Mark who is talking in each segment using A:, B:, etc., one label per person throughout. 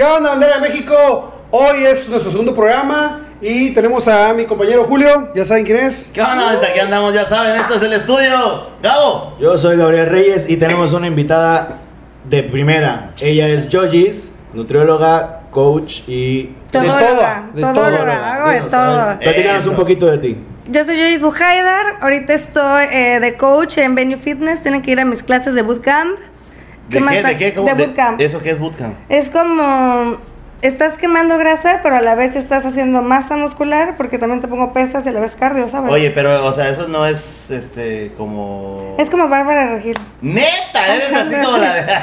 A: ¿Qué onda, bandera de México? Hoy es nuestro segundo programa y tenemos a mi compañero Julio. ¿Ya saben quién es?
B: ¿Qué onda? Aquí andamos, ya saben, esto es el estudio. Gabo.
C: Yo soy Gabriel Reyes y tenemos una invitada de primera. Ella es Yogis, nutrióloga, coach y...
D: Todóloga, hago de todo.
C: Platícanos un poquito de ti.
D: Yo soy Yogis Bujaidar, ahorita estoy de coach en Venue Fitness, tienen que ir a mis clases de bootcamp.
B: ¿De qué? ¿Cómo?
D: De bootcamp.
B: ¿Eso qué es bootcamp?
D: Es como, estás quemando grasa, pero a la vez estás haciendo masa muscular, porque también te pongo pesas y a la vez cardio, ¿sabes?
B: Oye, pero, o sea, eso no es, como...
D: Es como Bárbara Regil.
B: ¡Neta! Eres así como la de...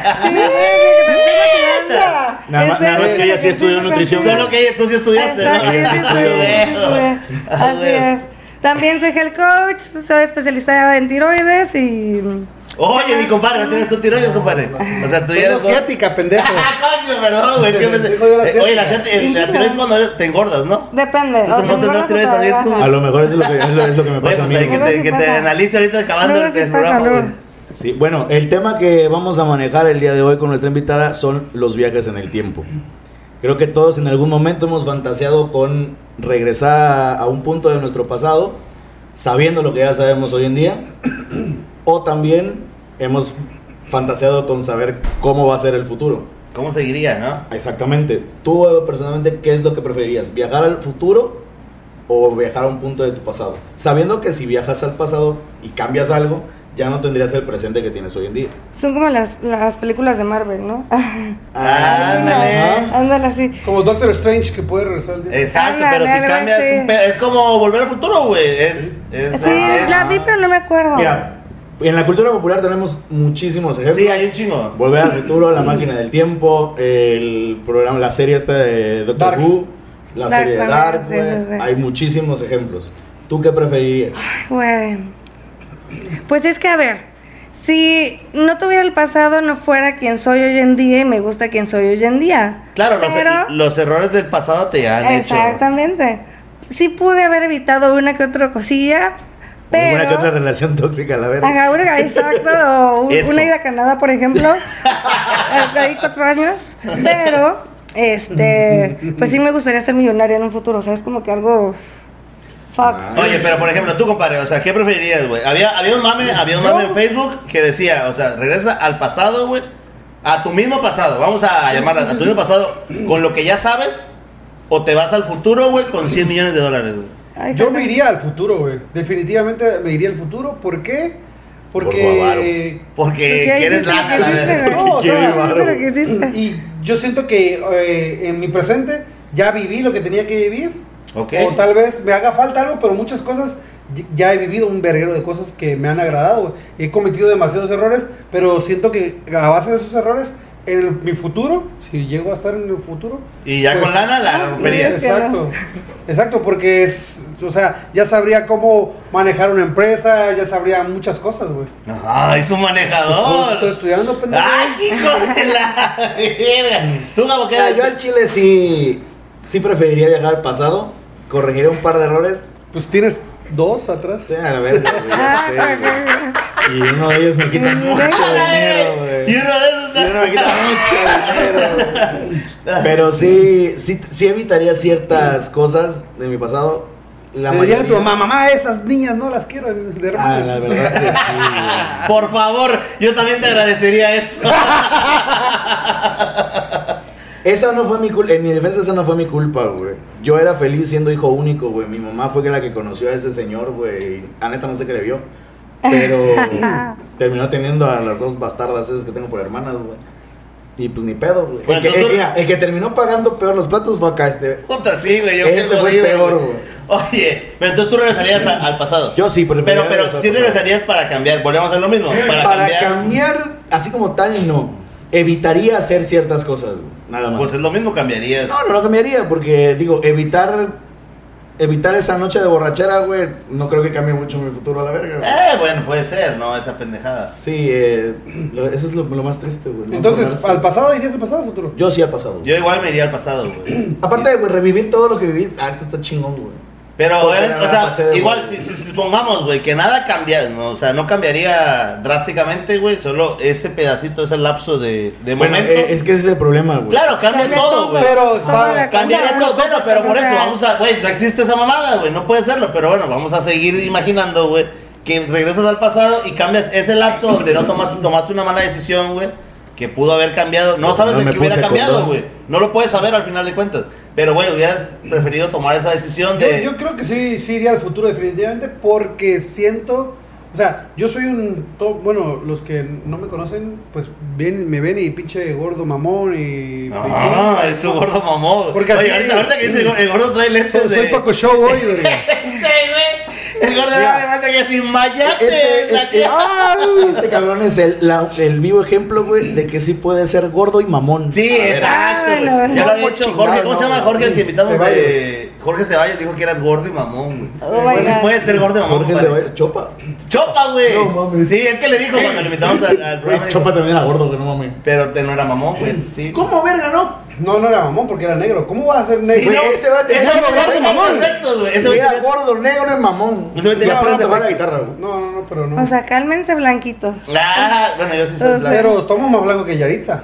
D: ¡Neta!
C: Nada más que ella sí estudió nutrición.
B: Solo que tú sí estudiaste, ¿no?
D: Exacto, sí estudié. Así es. También soy health coach, soy especializada en tiroides y...
B: Oye, mi compadre, ¿no tienes tu tiroides, compadre? O sea, tú ya eres...
A: asiática, pendejo.
B: Coño, perdón, güey. Oye, la tiroides es cuando te engordas, ¿no?
D: Depende.
B: ¿Tú te montas las tiroides también tú?
C: A lo mejor es lo que me pasa a mí.
B: Que te analice ahorita acabando el programa, güey.
C: Sí, bueno, el tema que vamos a manejar el día de hoy con nuestra invitada son los viajes en el tiempo. Creo que todos en algún momento hemos fantaseado con regresar a un punto de nuestro pasado, sabiendo lo que ya sabemos hoy en día, o también hemos fantaseado con saber cómo va a ser el futuro.
B: ¿Cómo seguiría, no?
C: Exactamente. Tú personalmente, ¿qué es lo que preferirías? ¿Viajar al futuro o viajar a un punto de tu pasado? Sabiendo que si viajas al pasado y cambias algo, ya no tendrías el presente que tienes hoy en día.
D: Son como las películas de Marvel, ¿no?
B: Ándale.
D: así.
A: Como Doctor Strange que puede regresar al día.
B: Exacto,
D: Ándale,
B: pero si
D: algo
B: cambias
D: así.
B: es como Volver al Futuro, güey.
D: Sí, la vi, pero no me acuerdo.
C: Mira, en la cultura popular tenemos muchísimos ejemplos.
B: Sí, hay un chingo.
C: Volver al futuro, La máquina del tiempo, el programa, la serie esta de Doctor
A: Dark.
C: Who, la serie de Dark,
D: sí,
C: güey.
D: sí.
C: Hay muchísimos ejemplos. ¿Tú qué preferirías?
D: Güey. Pues es que, a ver, si no tuviera el pasado, no fuera quien soy hoy en día y me gusta quien soy hoy en día.
B: Claro,
D: Pero-
B: los errores del pasado te han hecho.
D: Exactamente. Sí pude haber evitado una que otra cosilla, pero...
C: Una que otra relación tóxica, la verdad.
D: Ajá, exacto, o
B: Eso.
D: una ida a Canadá, por ejemplo, ahí 4 años, pero, pues sí me gustaría ser millonaria en un futuro, o sea, es como que algo, fuck.
B: Oye, pero por ejemplo, tú, compadre, o sea, ¿qué preferirías, güey? Había un mame en Facebook que decía, o sea, regresa al pasado, güey, a tu mismo pasado, vamos a llamarla, a tu mismo pasado, con lo que ya sabes, o te vas al futuro, güey, con $100 millones, güey.
D: Ay,
A: Yo
D: jala.
A: me iría al futuro, güey. Definitivamente me iría al futuro. ¿Por qué?
C: Porque...
B: Porque
D: Porque
B: quieres
D: hiciste lo
B: lana,
D: que
B: la
D: hiciste,
B: verdad.
D: güey.
A: No, o sea,
D: Hiciste lo que hiciste.
A: Y yo siento que en mi presente ya viví lo que tenía que vivir.
B: Ok.
A: O tal vez me haga falta algo, pero muchas cosas ya he vivido un verguero de cosas que me han agradado, güey. He cometido demasiados errores, pero siento que a base de esos errores, en mi futuro, si llego a estar en el futuro...
B: Y ya
A: pues,
B: con lana la romperías.
D: es que
A: Exacto, exacto, porque o sea, ya sabría cómo manejar una empresa, ya sabría muchas cosas, güey.
B: Ay, su
A: Estoy
B: manejador.
A: estudiando, pendejo.
B: Ay, hijo de la verga. Tú, Gabo,
C: Mira, yo
B: ¿qué?
C: al Chile sí preferiría viajar al pasado, corregiría un par de errores.
A: Pues tienes 2 atrás.
C: Sí, a la verga, güey, ya sé, güey. Y uno de ellos me quita mucho dinero, güey.
B: Y uno de esos
C: Y uno me quita mucho dinero, güey. Pero sí evitaría ciertas cosas de mi pasado. La
A: Le diría a tu
C: mayoría-
A: mamá, esas niñas no las quiero de
C: Ah, la verdad que sí, güey.
B: Por favor, yo también te agradecería eso.
C: Esa no fue mi culpa, en mi defensa esa no fue mi culpa, güey. Yo era feliz siendo hijo único, güey. Mi mamá fue la que conoció a ese señor, güey. La neta no sé qué le vio. Pero terminó teniendo a las 2 bastardas esas que tengo por hermanas, güey. Y pues ni pedo, güey.
B: Bueno, entonces-
C: El que terminó pagando peor los platos fue acá
B: Puta, sí, güey. Yo
C: Este
B: qué
C: fue
B: jodido,
C: peor,
B: güey.
C: güey.
B: Oye, pero entonces tú regresarías al pasado.
C: Yo sí,
B: Pero
C: regresar al
B: sí
C: pasado.
B: regresarías para cambiar. Volvemos a hacer lo mismo.
C: Para cambiar, así como tal, no. Evitaría hacer ciertas cosas, güey. Nada más.
B: Pues es lo mismo, cambiarías.
C: No cambiaría, porque digo, evitar esa noche de borrachera, güey, no creo que cambie mucho mi futuro a la verga, güey.
B: Bueno, puede ser, ¿no? Esa pendejada.
C: Sí, eso es lo más triste, güey. ¿no?
A: Entonces,
C: Ponerse-
A: ¿al pasado irías al pasado o al futuro?
C: Yo sí al pasado.
B: Yo igual me iría al pasado, güey.
C: Aparte de revivir todo lo que viví, esto está chingón, güey.
B: Pero,
C: Porque
B: güey,
C: la
B: o
C: verdad
B: sea,
C: pasé de
B: igual,
C: huevo.
B: si supongamos, güey, que nada cambia, no, o sea, no cambiaría drásticamente, güey, solo ese pedacito, ese lapso de
C: Bueno,
B: momento.
C: es que ese es el problema, güey.
B: Claro, cambia
D: Cambia
B: todo,
D: todo,
B: güey.
A: Pero,
D: Todo
A: ¿sabes?
B: Cambiaría
D: cambia.
B: todo, pero por
D: O
B: eso
D: sea,
B: vamos a, güey, no existe esa mamada, güey, no puede serlo, pero bueno, vamos a seguir imaginando, güey, que regresas al pasado y cambias ese lapso donde no tomaste una mala decisión, güey, que pudo haber cambiado, no sabes
C: No
B: de
C: me
B: qué hubiera
C: puse
B: cambiado,
C: condón.
B: güey, no lo puedes saber al final de cuentas, pero, güey, hubieras preferido tomar esa decisión de...
A: Yo creo que sí iría al futuro definitivamente porque siento, o sea, yo soy bueno, los que no me conocen, pues me ven y pinche gordo mamón y...
B: Ah, es un gordo mamón.
A: Porque
B: Oye,
A: así-
B: ahorita que dice el gordo trae lentes de...
A: Soy Paco Show hoy, güey.
B: Sí, güey. El gordo
C: Mira,
B: levanta que sin mayate.
C: Este cabrón es el vivo ejemplo, güey, de que sí puede ser gordo y mamón.
B: Sí, exacto, güey.
D: Ah, no,
B: Ya lo
C: no,
B: había dicho
C: chingado,
B: Jorge. ¿Cómo se llama
C: no,
B: Jorge, el que invitamos
A: Ceballos.
B: de... Jorge Ceballos dijo que eras gordo y mamón,
D: Oh
B: güey.
D: my
B: Pues sí
D: God.
B: puede ser gordo y mamón,
C: Jorge
B: compadre.
C: Ceballos, Chopa.
B: Chopa, güey.
C: No mames.
B: Sí, es que le dijo cuando le invitamos al programa.
C: Pues
B: dijo,
C: Chopa también era gordo, güey, no mames.
B: Pero no era mamón, güey. Sí.
C: ¿Cómo, verga, no?
A: No era mamón porque era negro. ¿Cómo va a ser negro?
B: Sí, no,
C: ese va a tener-
B: ese
A: gordo y mamón.
B: Perfecto, güey. Ese güey
C: Era
B: tenía-
C: gordo, negro y mamón.
B: Ese güey
C: Y
B: tenía
C: aparte
B: puros
C: tocar la
B: defectos.
C: guitarra, güey.
A: No, pero no.
D: O sea, cálmense blanquitos.
B: Ah, bueno, yo sí soy
D: O sea,
B: blanco.
A: Pero estamos más blancos que Yaritza.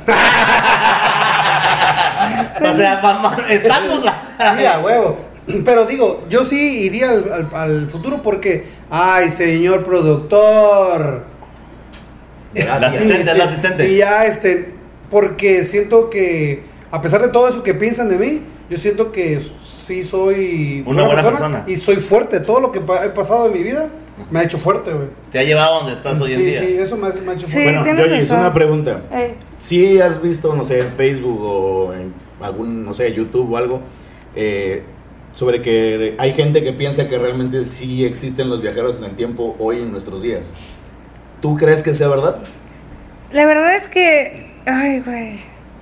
B: O sea, mamá, estatus.
A: Sí, a huevo. Pero digo, yo sí iría al futuro porque, ay, señor productor.
B: El asistente, el asistente.
A: Y ya, porque siento que, a pesar de todo eso que piensan de mí, yo siento que sí soy
B: Una buena persona.
A: y soy fuerte. Todo lo que he pasado en mi vida me ha hecho fuerte, güey.
B: Te ha llevado a donde estás hoy en
A: Sí,
B: día.
A: sí, eso me ha hecho
D: Sí.
A: fuerte.
C: Bueno,
D: tienes
C: yo hice
D: razón.
C: una pregunta.
D: Sí.
C: Si has visto, no sé, en Facebook o en algún, no sé, YouTube o algo, sobre que hay gente que piensa que realmente sí existen los viajeros en el tiempo hoy en nuestros días. ¿Tú crees que sea verdad?
D: La verdad es que, ay, güey,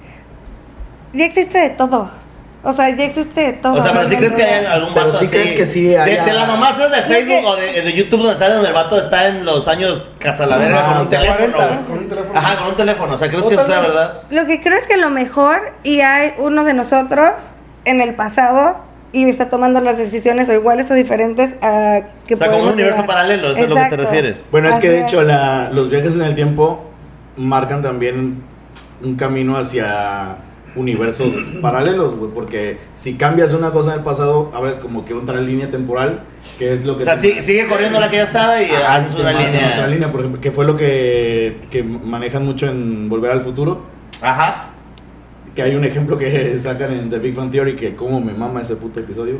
D: ya existe de todo. O sea, ya existe de todo.
B: O sea, pero si crees que hay algún
C: Pero
B: vato
C: sí
B: así.
C: crees que sí haya-
B: De las mamás de Facebook
D: que-
B: o de YouTube donde el vato está en los años Casalaverga
C: Ajá,
B: con un
A: de
B: teléfono.
A: 40,
B: güey.
A: con un teléfono.
B: Ajá, con un teléfono. O sea, ¿crees
A: O
B: que eso
A: tal
B: sea
A: vez-
B: verdad?
D: Lo que creo es que lo mejor y hay uno de nosotros en el pasado y está tomando las decisiones o iguales o diferentes a que
B: O sea, como un
D: podemos
B: universo
D: llegar.
B: paralelo, eso es lo que te refieres.
C: Bueno, es que de
D: Así
C: hecho los viajes en el tiempo marcan también un camino hacia universos paralelos, güey, porque si cambias una cosa en el pasado, abres como que otra línea temporal, que es lo que...
B: O sea, sigue corriendo la que ya estaba y
C: Ajá,
B: haces
C: te
B: una
C: marca
B: línea.
C: otra línea, por ejemplo, que fue lo que manejan mucho en Volver al Futuro,
B: Ajá.
C: que hay un ejemplo que sacan en The Big Bang Theory, que como me mama ese puto episodio.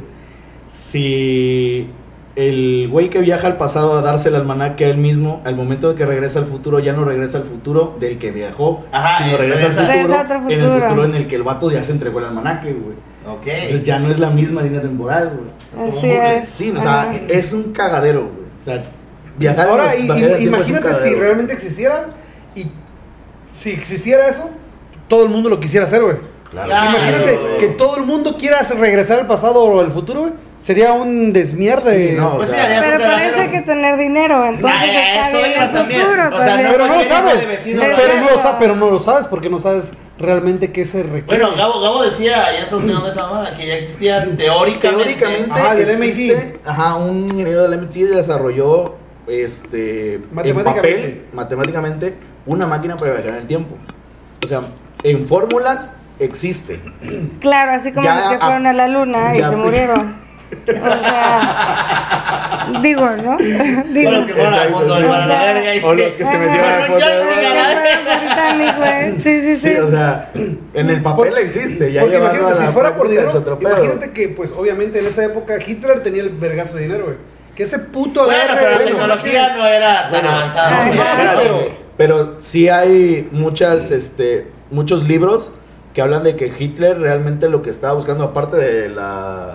C: Si el güey que viaja al pasado a darse el almanaque a él mismo, al momento de que regresa al futuro, ya no regresa al futuro del que viajó,
B: Ajá,
C: sino regresa al
B: regresa
C: futuro,
D: a otro
C: en el
D: futuro.
C: futuro en el que el vato ya se entregó el almanaque, güey.
B: Ok.
C: Entonces ya no es la misma línea temporal, güey.
B: como
D: Así
B: un bucle.
D: es.
C: Sí, o sea,
D: Ajá.
C: es un cagadero, güey. O sea, viajar
A: Ahora,
C: en los viajeros del tiempo es un
A: imagínate si
C: cagadero.
A: realmente existiera y si existiera eso, todo el mundo lo quisiera hacer, güey.
C: Claro.
A: Imagínate
B: Claro.
A: que todo el mundo quiera regresar al pasado o al futuro, güey. Sería un desmierde.
C: Sí, no,
B: Pues
C: o
B: sí,
C: sea,
B: haría
D: Pero
B: un
D: para eso
B: cagadero.
D: hay que tener dinero, entonces está
B: eso
D: bien
B: iba
D: el
B: también.
D: futuro
B: O sea,
D: también.
A: Pero no lo
B: cualquier hijo
A: sabes.
B: de vecino
D: Pero
B: lo haría.
A: Pero no lo sabes porque no sabes realmente qué se requiere.
B: Bueno, Gabo decía, ya estamos terminando esa mamada, que ya existía teóricamente.
C: Teóricamente
A: Ajá, del
C: existe, un ingeniero del MIT desarrolló en papel, matemáticamente, una máquina para viajar en el tiempo. O sea, en fórmulas existe.
D: Claro, así como
C: Ya,
D: los que fueron a la luna y
C: ya,
D: se murieron. O sea, digo, ¿no? Digo.
B: Bueno, que fueron a
C: Exacto,
B: fondo
C: sí.
B: del mar, la verga, y-
C: O los que se metieron
D: Ajá.
C: al fondo del
B: Con
C: mar.
D: Titanic, güey. Sí, sí, sí.
C: Sí, o sea, en el papel existe. Ya
A: Porque
C: llevarlo
A: imagínate,
C: a la
A: si fuera por
C: práctica
A: dinero,
C: es otro pedo.
A: imagínate que, pues, obviamente en esa época Hitler tenía el vergazo de dinero, güey. Que ese puto
B: Bueno,
A: agarre,
B: pero la
A: güey,
B: tecnología no era tan
C: Bueno,
B: avanzada.
D: ajá.
B: güey.
C: Espérate, pero sí hay muchos libros que hablan de que Hitler realmente lo que estaba buscando, aparte de la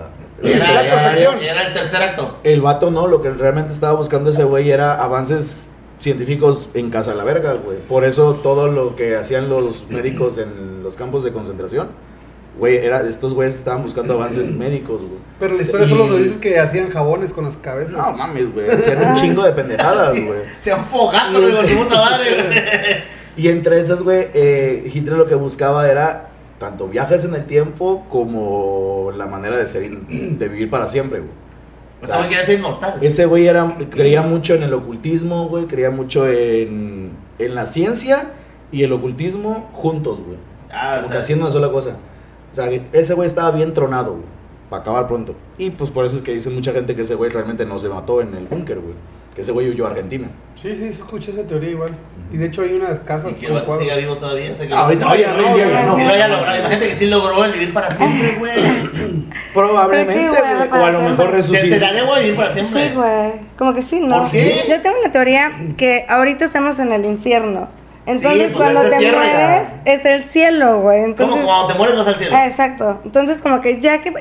B: Era el tercer acto.
C: el vato no, lo que realmente estaba buscando ese güey era avances científicos en casa a la verga, güey. Por eso todo lo que hacían los médicos en los campos de concentración, güey, estos güeyes estaban buscando avances médicos, güey.
A: Pero la historia
C: Y-
A: solo nos dice que hacían jabones con las cabezas.
C: No mames, güey, hacían un chingo de pendejadas, güey.
B: Se van fogando, güey, con su puta madre, güey.
C: Y entre esas, güey, Hitler lo que buscaba era tanto viajes en el tiempo como la manera de vivir para siempre, güey.
B: O sea, güey quería ser inmortal.
C: Ese güey creía mucho en el ocultismo, güey. Creía mucho en la ciencia y el ocultismo juntos, güey. Como que haciendo una sola cosa. O sea, ese güey estaba bien tronado, güey. Para acabar pronto. Y pues por eso es que dicen mucha gente que ese güey realmente no se mató en el búnker, güey. Que ese güey huyó a Argentina.
A: Sí, escuché esa teoría igual. Y de hecho hay unas casas.
B: Y que el vato siga vivo todavía.
C: Ahorita ya no.
B: Si lo haya logrado. Imagínate que sí logró el vivir para siempre, güey.
C: Probablemente, güey. O a lo mejor resucitó.
B: Te daría, güey, vivir para siempre.
D: Sí, güey. Como que sí, ¿no?
B: ¿Por qué?
D: Yo tengo la teoría que ahorita estamos en el infierno. Entonces,
B: Sí, pues,
D: cuando
B: es
D: te
B: tierra ya.
D: mueres, es el cielo, güey. Entonces,
B: Como cuando te mueres vas al cielo.
D: Exacto. Entonces, como que ya que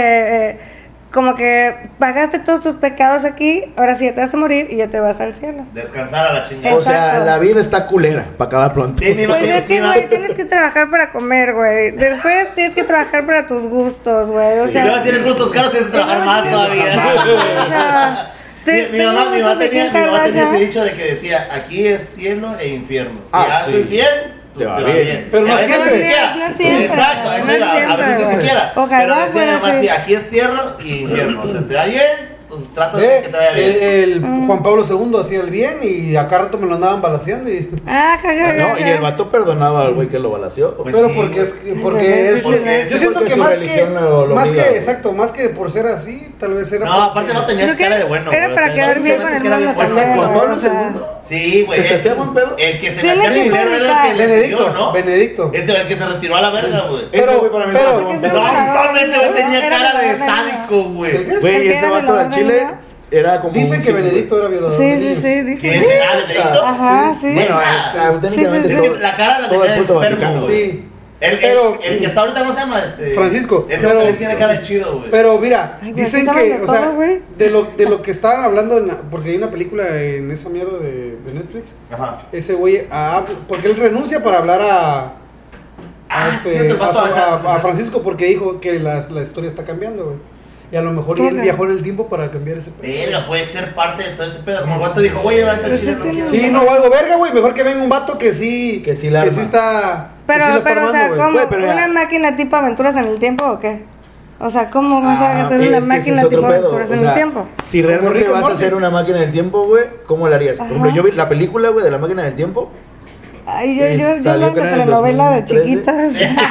D: como que pagaste todos tus pecados aquí, ahora sí ya te vas a morir y ya te vas al cielo.
B: Descansar a la chingada.
C: O sea,
D: Exacto.
C: la vida está culera. Para acabar pronto.
B: Sí, mi
D: Pues
B: mamá-
D: es que, güey, tienes que trabajar para comer, güey. Después tienes que trabajar para tus gustos, güey. O
B: Si
D: sea,
B: luego tienes gustos caros, tienes que trabajar más todavía.
D: O sea,
B: Mi mamá tenía ese
D: ese
B: dicho de que decía, aquí es cielo e infierno. Si
C: Ah,
B: haces
C: sí.
B: bien, pues
C: Te va
B: te va
C: bien.
B: bien.
A: Pero no
B: a veces
A: siempre.
B: ni siquiera.
D: No siempre.
B: Exacto, a eso
D: No
B: iba, a
D: siempre,
B: veces ni
D: güey.
B: siquiera.
D: Ojalá
B: Pero decía
D: fuera
B: además,
D: así.
B: sí, aquí es tierra y infierno. O sea, te va bien, pues trata de que te vaya bien.
A: El Juan Pablo II hacía el bien y acá rato me lo andaban balaceando.
D: Ah, ja, ja,
C: No,
D: ja,
C: y
D: ja.
C: el vato perdonaba al güey que lo balació.
B: Pues
A: Pero
B: sí,
A: porque
B: güey.
A: es
B: Porque
A: yo siento
C: porque
A: que
C: su
A: más
C: religión
A: que
C: lo
A: más
C: obliga,
A: que
C: güey.
A: exacto, más que por ser así, tal vez era
B: No,
A: porque-
B: aparte no tenía
D: Yo
B: cara de
D: creo-
B: bueno.
D: era
B: güey,
D: para
B: o sea,
D: quedar
B: no
D: bien
B: se
D: con
B: me
D: el
B: hace que era
D: mundo
B: bien bueno.
D: también,
C: Juan
D: güey,
C: Pablo
D: o sea.
C: II.
B: Sí, güey.
C: ¿Se te hacía buen pedo?
B: El que se me
D: Tiene
B: hacía
D: que
B: primero era el
D: predicar.
B: que le
A: Benedicto,
B: siguió, ¿no?
A: Benedicto.
B: Ese el que se retiró a la verga, güey.
C: Ese güey para mí
A: pero-
C: se me hacía buen
D: pero-
C: pedo.
B: No, no, ese güey tenía
D: Era
B: cara de
D: violador de
B: sádico, güey.
A: ¿El qué?
C: Güey,
D: ¿El que
C: ese
D: era
C: vato
D: violador
C: al
D: de
C: chile
D: niños?
C: era como
A: Dicen
C: un
A: que
C: símbolo.
A: Benedicto era violador.
D: Sí,
A: de
D: sí,
A: niños.
D: sí, dice.
B: ¿Quién? Ah, Benedicto.
D: Ajá, sí.
C: Bueno,
B: Neta.
C: técnicamente
D: Sí, sí,
C: todo-
B: sí. La cara la
C: todo el
B: tenía
C: puto
B: enfermo,
C: Vaticano.
B: güey.
A: Sí.
B: El que está ahorita, ¿cómo se llama?
A: Francisco.
B: Ese
A: Pero-
B: güey también tiene cara de chido, güey.
A: Pero mira,
D: Ay, güey,
A: dicen
D: aquí
A: que,
D: saben
A: o
D: de
A: sea,
D: todo, güey.
A: de lo que estaban hablando, porque hay una película en esa mierda de Netflix,
B: Ajá.
A: ese güey, porque él renuncia para hablar a
B: cierto, el vato
A: a Francisco porque dijo que la historia está cambiando, güey. Y a lo mejor
D: ¿Cómo
A: él
D: que?
A: viajó en el tiempo para cambiar ese pedo.
B: Verga, puede ser parte de todo ese pedo. Como el vato dijo, güey, vete al
D: Pero
B: chile,
D: sí
B: no
D: tiene-
B: quiero.
A: Sí, no valgo verga, güey. Mejor que venga un vato que sí.
C: Que sí la arma.
A: está.
D: Pero,
A: que sí la está
D: pero, o sea,
A: armando, güey.
D: ¿cómo?
C: Güey, pero
D: ¿Una
C: ya-
D: máquina tipo aventuras en el tiempo o qué? O sea, ¿cómo vas a hacer
C: es
D: una
C: que
D: máquina
C: ese es
D: tipo
C: otro pedo.
D: aventuras
C: O
D: en
C: sea,
D: el tiempo?
C: Si realmente
A: Rick and
C: vas a
A: Morty.
C: hacer una máquina del tiempo, güey, ¿cómo la harías? Por ejemplo,
D: Ajá.
C: yo vi la película, güey, de la máquina del tiempo.
D: Ay, yo
C: Salió
D: la
C: creo en el
D: telenovela de
C: 2013.
D: chiquitas.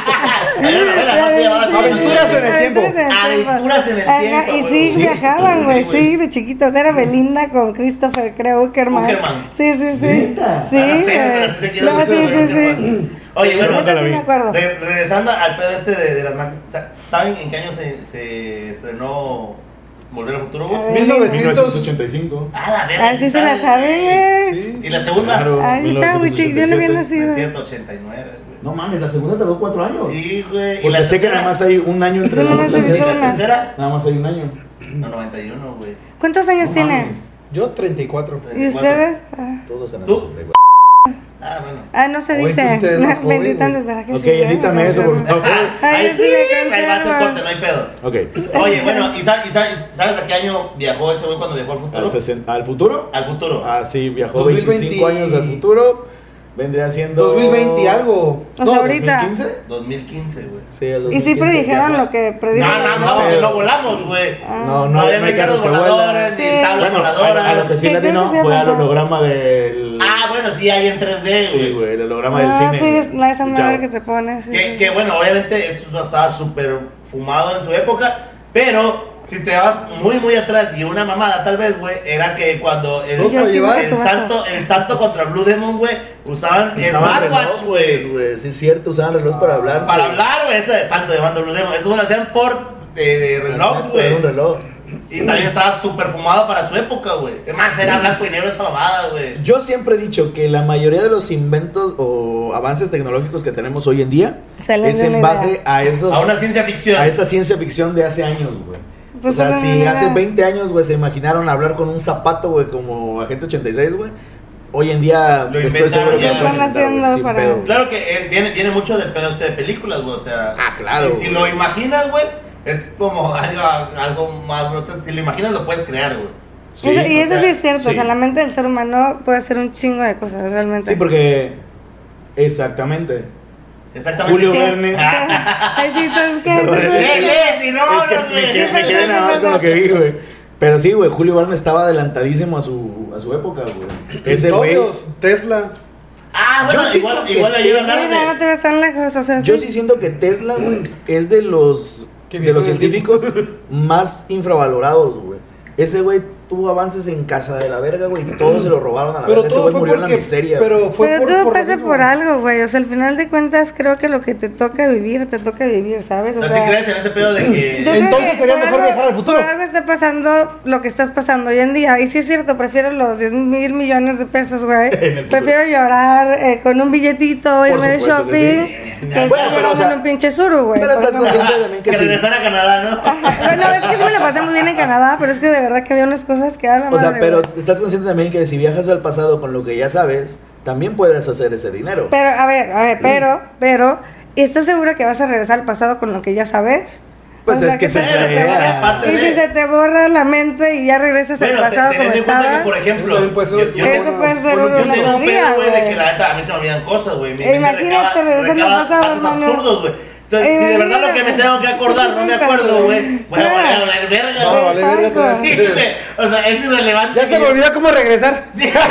A: Aventuras en el tiempo.
B: Aventuras en el
D: Ajá,
B: tiempo,
D: y
B: güey.
D: sí,
B: Sí,
D: viajaban, güey,
B: sí,
D: sí, de chiquitos. Era Belinda con Christopher Uckerman.
B: Uckerman.
D: Sí, sí, sí.
C: ¿Neta?
D: Sí,
B: Ah, no sé, pero
D: güey.
B: sí sé quién es
D: No, sí,
B: Christopher
D: sí, sí.
B: Uckerman. Oye, bueno,
C: nunca la
D: sí
C: vi.
D: me acuerdo.
B: regresando al pedo este de las máquinas. ¿Saben en qué año se estrenó Volver al Futuro, güey?
D: A ver.
C: 1985.
B: Ah, la verga.
D: Así se la sabe, güey.
A: Sí.
B: ¿Y la segunda?
C: Claro.
D: Ahí está, muy chiquito. Yo no había
C: 1987.
D: nacido.
B: Es cierto, 89, güey.
C: No mames, la segunda tardó 4 años.
B: Sí, güey. ¿Y
C: Porque
B: la
C: sé que
B: tercera?
C: nada más hay un año entre
D: Yo
C: las
D: nomás
C: dos.
D: he visto
B: ¿Y la
D: una.
B: tercera?
C: Nada más hay un año.
B: No, 91, güey.
D: ¿Cuántos años
C: No
D: tienen?
C: mames.
A: Yo 34.
D: ¿Y ustedes? Ah.
C: Todos eran
B: ¿Tú?
C: 64.
B: Ah, bueno.
D: Ah, no se
A: Oye,
D: dice.
A: pues ustedes más joven,
D: Bendito
A: güey.
D: antes, ¿verdad que
C: Ok,
D: sí?
C: edítame eso, por favor.
D: Ay,
B: Ahí
D: sí, me
B: ahí va a ser
D: conserva.
B: corte, no hay pedo.
C: Ok.
B: Oye, bueno, ¿y sabes a qué año viajó ese güey cuando viajó al futuro?
C: ¿Al futuro?
B: Al futuro.
C: Ah, sí, viajó
A: 2020.
C: 25 años al futuro. Vendría siendo.
A: 2020 y algo.
D: O sea, ahorita.
C: 2015.
B: 2015, güey.
C: Sí, el
D: Y
C: 2015.
D: sí predijeron
C: viajó.
D: lo que predijeron.
B: No, que no volamos, güey.
C: No, no,
B: Todavía
C: no hay carros que
B: voladores,
C: vuelan.
B: ni
D: Sí.
B: tablas
C: Bueno,
B: voladoras.
C: a lo que sí
D: Sí,
C: le
D: creo
C: atinó
D: que sí
C: fue al
D: pasó.
C: holograma del.
B: Ah, bueno, sí, hay en 3D,
C: Sí,
B: güey.
C: güey, el holograma del
D: Ah,
C: cine.
D: sí,
C: güey.
D: es la esa madre
C: Chao.
D: que te pones. Sí, sí.
B: Que bueno, obviamente eso estaba súper fumado en su época, pero si te vas muy muy atrás y una mamada tal vez, güey, era que cuando el,
A: Vamos a
B: el,
A: llevar.
B: santo contra Blue Demon, güey, usaban smartwatch, güey.
C: Sí, es cierto, usaban reloj para hablar.
B: Para
C: sí.
B: hablar, güey, ese de santo llamando Blue Demon. Eso lo hacían por reloj,
C: Exacto,
B: güey.
C: era un reloj.
B: Y también estaba súper fumado para su época, güey. Es más, era blanco y negro esa mamada, güey.
C: Yo siempre he dicho que la mayoría de los inventos o avances tecnológicos que tenemos hoy en día
D: Salen
C: es
D: de una
C: en base
D: idea.
C: a esos
B: A una ciencia ficción.
C: a esa ciencia ficción de hace años, güey.
D: Pues
C: o sea,
D: salen de
C: si
D: una
C: hace
D: idea.
C: 20 años, güey, se imaginaron hablar con un zapato, güey, como Agente 86, güey. Hoy en día
B: Lo
C: estoy
B: inventaron
C: seguro que
B: ya.
C: lo pueden
D: Están
C: inventar, güey,
D: haciendo
C: sin
D: para-
C: pedo.
B: Claro que viene mucho del pedo este de películas, güey. O sea,
C: Ah, claro,
B: Si
C: güey.
B: lo imaginas, güey, es como algo más brutal. Si lo imaginas, lo puedes crear, güey.
C: Sí,
D: Eso- y
B: o
D: eso
B: sea,
D: sí es cierto,
C: sí.
D: o sea, la mente del ser humano puede hacer un chingo de cosas, realmente.
C: Sí, porque exactamente.
B: Exactamente.
C: Julio
B: ¿Qué?
C: Verne.
D: Ay, sí, entonces, ¿qué?
C: Perdón.
B: Lee, si no,
C: Es que
B: no, güey.
C: me quedé nada más con lo que vi, güey. Pero sí, güey, Julio Verne estaba adelantadísimo a su época, güey. Ese güey.
A: Tesla.
B: Ah, bueno,
C: Yo
B: igual
C: siento
B: la
C: que
B: llevan
C: Tesla-
D: Mira, no te ves tan lejos, o sea,
C: Yo
D: sí.
C: sí siento que Tesla, güey, es de los científicos más infravalorados, güey. Ese güey tuvo avances en casa de la verga, güey, y todos se lo robaron a la verga. Ese güey murió en la miseria.
A: Pero fue
D: Pero
A: por,
D: todo
A: por lo
D: pasa
A: mismo.
D: por algo, güey. O sea, al final de cuentas, creo que lo que te toca vivir, ¿sabes? O
B: ¿No
D: sea,
B: si crees en ese pedo de
D: yo
B: que...
D: creo
A: Entonces
D: que
A: sería
D: por
A: mejor viajar al futuro.
D: Por algo está pasando lo que estás pasando hoy en día. Y sí es cierto, prefiero los 10,000 millones de pesos, güey. Prefiero llorar con un billetito, irme de
C: supuesto que
D: shopping,
C: sí.
D: que
C: Bueno,
D: estar
C: pero, o sea,
D: en un pinche suru, güey.
C: Pero
D: Por
C: estás
D: ejemplo.
C: consciente también que
B: Que
C: sí.
B: regresar a Canadá, ¿no?
D: Bueno, es que sí me la pasé muy bien en Canadá, pero es que de verdad que había unas cosas que eran la
C: O sea,
D: madre,
C: pero
D: güey.
C: estás consciente también que si viajas al pasado con lo que ya sabes, también puedes hacer ese dinero.
D: Pero, a ver, pero, ¿estás seguro que vas a regresar al pasado con lo que ya sabes?
C: Pues es que
D: ¿qué
C: esa
D: tal
C: es la
D: si te
C: idea.
D: borra-
B: Aparte
D: Y
B: de-
D: si se te borra la mente y ya regresas al
B: Bueno,
D: pasado como
B: teniendo en cuenta que,
D: estabas.
B: por ejemplo,
A: También puede ser
B: yo
A: otro-
D: Eso puede ser
A: Bueno,
D: una
B: yo tengo un
D: teoría,
B: pedo, güey, de que
D: güey.
B: la neta a mí se me olvidan cosas, güey. Mi mente
D: Imagínate regresando al pasado,
B: datos
D: hermano.
B: absurdos, güey. Entonces, si de verdad lo que me tengo que acordar no me acuerdo, güey, voy a volver a valer verga,
A: No,
B: güey.
A: vale, verga,
D: Exacto.
B: Sí, güey. O sea, es irrelevante.
A: Ya se me olvidó cómo regresar.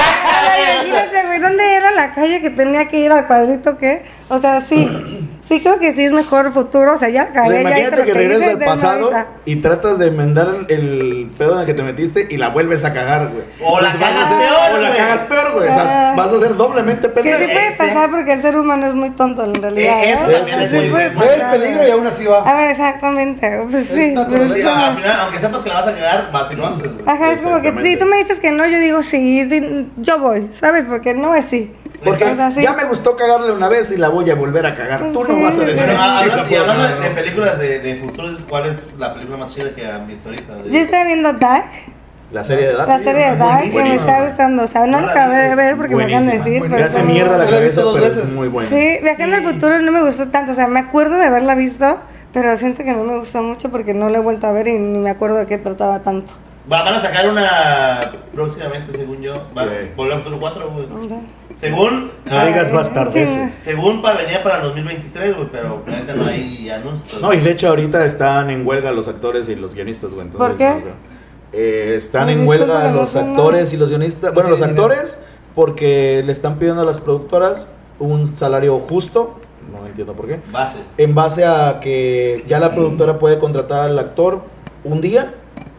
D: Ay, imagínate, güey, ¿dónde era la calle que tenía que ir al cuadrito qué? O sea, sí creo que sí es mejor futuro, o sea, ya
C: O sea,
D: cagué, ya hice
C: imagínate
D: lo
C: que regresas
D: hice,
C: al
D: denme
C: pasado
D: ahorita.
C: y tratas de enmendar el pedo en el que te metiste y la vuelves a cagar, güey.
B: O la
C: Entonces vas a
B: cagas
C: hacer-
B: peor,
C: O la
B: güey.
C: cagas peor, güey. O sea,
D: Ah.
C: vas a ser doblemente
D: Que sí
C: pendejo.
D: puede pasar porque el ser humano es muy tonto en realidad.
B: Eso
D: ¿eh?
B: también es
D: Sí
B: muy-
D: puede
B: muy-
A: Ve el
D: pasar,
A: peligro y aún así va.
D: A ver, exactamente. Pues sí.
A: Es natural.
D: pues,
B: Sí, al final, aunque sepas que la vas a cagar, vas y no haces, güey.
D: Ajá, es como que
C: Exactamente.
D: si tú me dices que no, yo digo sí, yo voy, ¿sabes? Porque no es sí.
C: Porque
D: O sea, sí.
C: ya me gustó cagarle una vez y la voy a volver a cagar. Tú no vas a decir.
B: Bueno,
C: sí,
B: hablando,
C: la
B: y
C: puedo
B: hablando
C: cagar,
B: de
C: ¿no?
B: películas de futuros, ¿cuál es la película más chida que han visto ahorita?
D: Yo estaba viendo Dark,
C: La serie de Dark.
D: la serie de Dark, que me
C: Buenísima.
D: está gustando. O sea, no la acabé de ver porque me acaban de decir.
C: Me
D: pero
C: hace
D: como-
C: mierda la
A: Yo la he visto
C: cabeza,
A: dos
C: pero es
A: veces.
C: muy buena.
D: Sí, Viajando al futuro no me gustó tanto. O sea, me acuerdo de haberla visto, pero siento que no me gustó mucho porque no la he vuelto a ver y ni me acuerdo de qué trataba tanto.
B: Van a sacar una próximamente, según yo. Va,
C: Sí.
B: Volver al Futuro 4, güey. Según.
C: No digas bastardeces.
B: Según venía para el 2023, güey, pero la neta no hay anuncios.
C: No, y de hecho ahorita están en huelga los actores y los guionistas, güey. Entonces,
D: ¿Por qué?
C: no, están
D: Ay,
C: en
D: disculpa,
C: huelga
D: no
C: los
D: sé nada.
C: actores y los guionistas. Bueno, los
A: Tienen dinero.
C: actores porque le están pidiendo a las productoras un salario justo. No entiendo por qué.
B: Base.
C: En base a que ya la productora puede contratar al actor un día,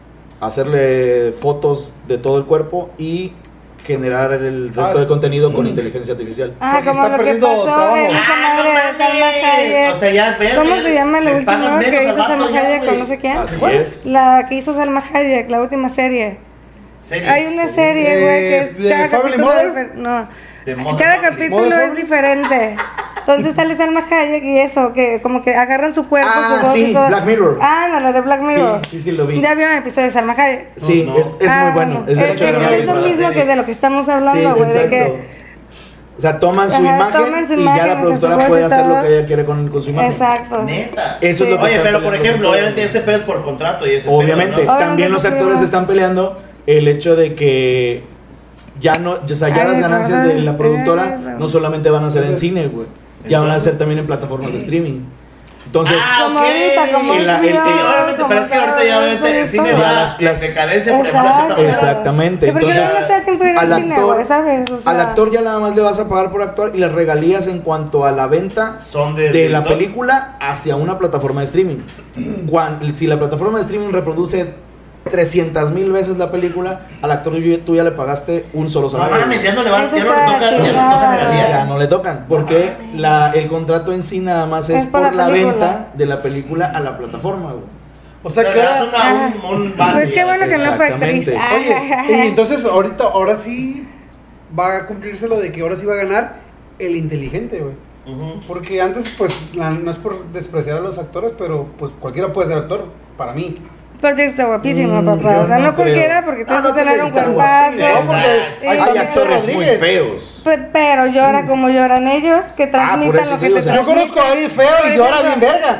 C: hacerle fotos de todo el cuerpo y generar el resto de contenido con inteligencia artificial.
D: Ah,
A: Porque
D: como
A: está
D: lo que
A: perdiendo
D: pasó
A: trabajo.
D: en esa madre de Salma Hayek.
B: O sea, ya ves.
D: ¿Cómo se llama la
B: les pagan
D: última que
B: menos
D: hizo
B: al vato
D: Salma
B: ya,
D: Hayek con
B: güey.
D: no sé quién?
C: Así
A: ¿Cuál?
C: es.
D: La que hizo Salma Hayek, la última serie.
B: Series.
D: Hay una serie, güey, que
A: ¿De
D: cada
A: Family
D: capítulo
A: Model?
D: es no.
B: De Modern
D: Cada
B: Family.
D: capítulo
A: Modern
D: es
A: Family.
D: diferente. Entonces sale Salma Hayek y eso, que como que agarran su cuerpo,
C: Ah,
D: su voz
C: sí,
D: y todo.
C: Black Mirror.
D: Ah, no, la de Black Mirror.
C: Sí, lo vi.
D: ¿Ya vieron el episodio de Salma Hayek?
C: Sí,
B: No.
C: es muy bueno. Es de hecho
D: que
C: la
D: es
C: misma
D: lo mismo
B: serie.
D: que de lo que estamos
C: Sí,
D: hablando, güey, de
C: exacto.
D: que...
C: O sea, toman su
D: Ajá,
C: imagen
D: toman su
C: y
D: imagen,
C: ya la
D: hacen
C: productora
D: su voz
C: puede
D: y
C: hacer
D: todo.
C: lo que ella quiere con su imagen.
D: Exacto.
B: Neta.
C: Eso es lo que
B: Oye,
C: están
B: pero por
C: peleando
B: ejemplo,
C: con
B: obviamente
C: todo.
B: este pedo es por contrato y ese
C: Obviamente,
B: pedo, ¿no?
C: también los
D: Obviamente,
C: actores
D: sí,
C: están peleando el hecho de que ya no, o sea, ya
D: Ay,
C: las ganancias de la
D: ay,
C: productora
D: ay,
C: no solamente van a ser en cine, güey, ya van a ser también en plataformas de streaming. Entonces,
D: Como
B: ok.
D: ahorita, como
C: Y la-
B: Sí,
C: el-
B: obviamente, pero es que ahorita ya obviamente el cine
C: Ya
B: va
C: las-
B: en decadencia por ejemplo, de cierta
D: Exacto.
B: manera.
C: exactamente.
D: Sí, porque
C: Entonces,
D: no me da tiempo de ir al
C: al
D: cine,
C: actor,
D: güey, ¿sabes? O sea,
C: al actor ya nada más le vas a pagar por actuar y las regalías en cuanto a la venta
B: Son
C: de la
B: director.
C: película hacia una plataforma de streaming. Si la plataforma de streaming reproduce 300,000 veces la película, al actor tú ya le pagaste un solo
B: No
C: salario.
B: mames, ya no le van,
D: Eso
B: ya no le
D: está
B: tocan, ya no le
D: chingada.
B: tocan
C: Ya
B: regalías.
C: no le tocan, porque el contrato en sí nada más es
D: Es por
C: por
D: la
C: la
D: película.
C: venta de la película a la plataforma, güey.
A: O sea,
B: O sea,
A: que
B: le das un base.
D: Pues qué bueno que no fue actriz.
C: Exactamente.
A: Oye, y entonces ahora sí va a cumplirse lo de que ahora sí va a ganar el inteligente, güey.
B: Ujú.
A: Porque antes, pues, no es por despreciar a los actores, pero pues cualquiera puede ser actor, para mí.
D: Pero tienes que estar guapísima,
C: Mm,
D: papá.
C: yo
D: O sea,
C: no
D: no cualquiera,
C: creo.
D: porque tienes
C: No,
D: que
C: no
D: tener
C: tiene
D: un
C: que estar
D: cuerpazo.
C: guapísima.
B: No, porque
D: Y
C: Hay
D: tiene-
C: actores muy
A: Rodríguez.
C: feos.
D: Pero llora como lloran ellos, que transmitan
C: eso
D: lo que
C: digo,
D: te
C: o sea,
A: Yo
D: transmiten.
A: conozco a alguien feo
D: Por
A: y llora
D: ejemplo,
A: bien verga.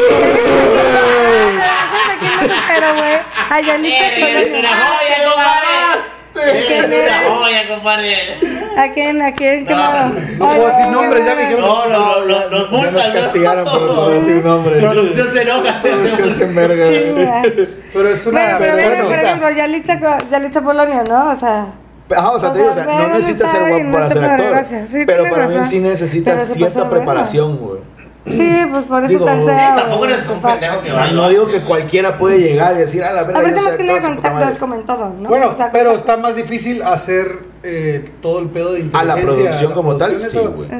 D: ¿sabes a quién no supero, güey? A Yalitza
B: Eres
D: Aparicio.
B: una joya, compadre. Eres
D: ¿Quién
B: una
D: eres?
B: joya, compadre.
D: ¿A quién? ¿Qué
B: No,
D: más?
A: no puedo decir nombres, ya me dijeron.
B: No, nos
C: Ya nos
B: multan, ¿no?
C: castigaron por decir nombres.
B: Producción se enoja.
C: Producción se enverga.
D: Chinga.
A: Pero es una.
D: Bueno, pero
A: bueno,
D: por
A: o sea,
D: ejemplo, Yalitza Polonio, ¿no? O sea...
C: Ajá, o sea, te digo, o sea, no necesitas ser guapo para ser actor.
D: Gracias. Sí,
C: Pero
D: tienes
C: para mí
D: razón.
C: sí necesitas
D: Pero se
C: cierta
D: pasó de
C: preparación, güey.
D: Sí, pues por eso
C: Digo,
D: está
C: sí,
D: feo.
B: Tampoco eres un pendejo que
C: O sea,
B: va.
C: no digo que cualquiera puede llegar y decir, a la verga,
D: Ahorita
C: yo
D: más
C: soy
D: que nada
C: actor, su puta
D: contactos
C: madre.
D: como en todo, ¿no?
A: Bueno,
D: O sea,
A: pero
D: contactos.
A: está más difícil hacer todo el pedo de
C: A
A: inteligencia.
C: la producción
A: la
C: como tal,
A: producción,
C: sí,
A: eso,
C: güey.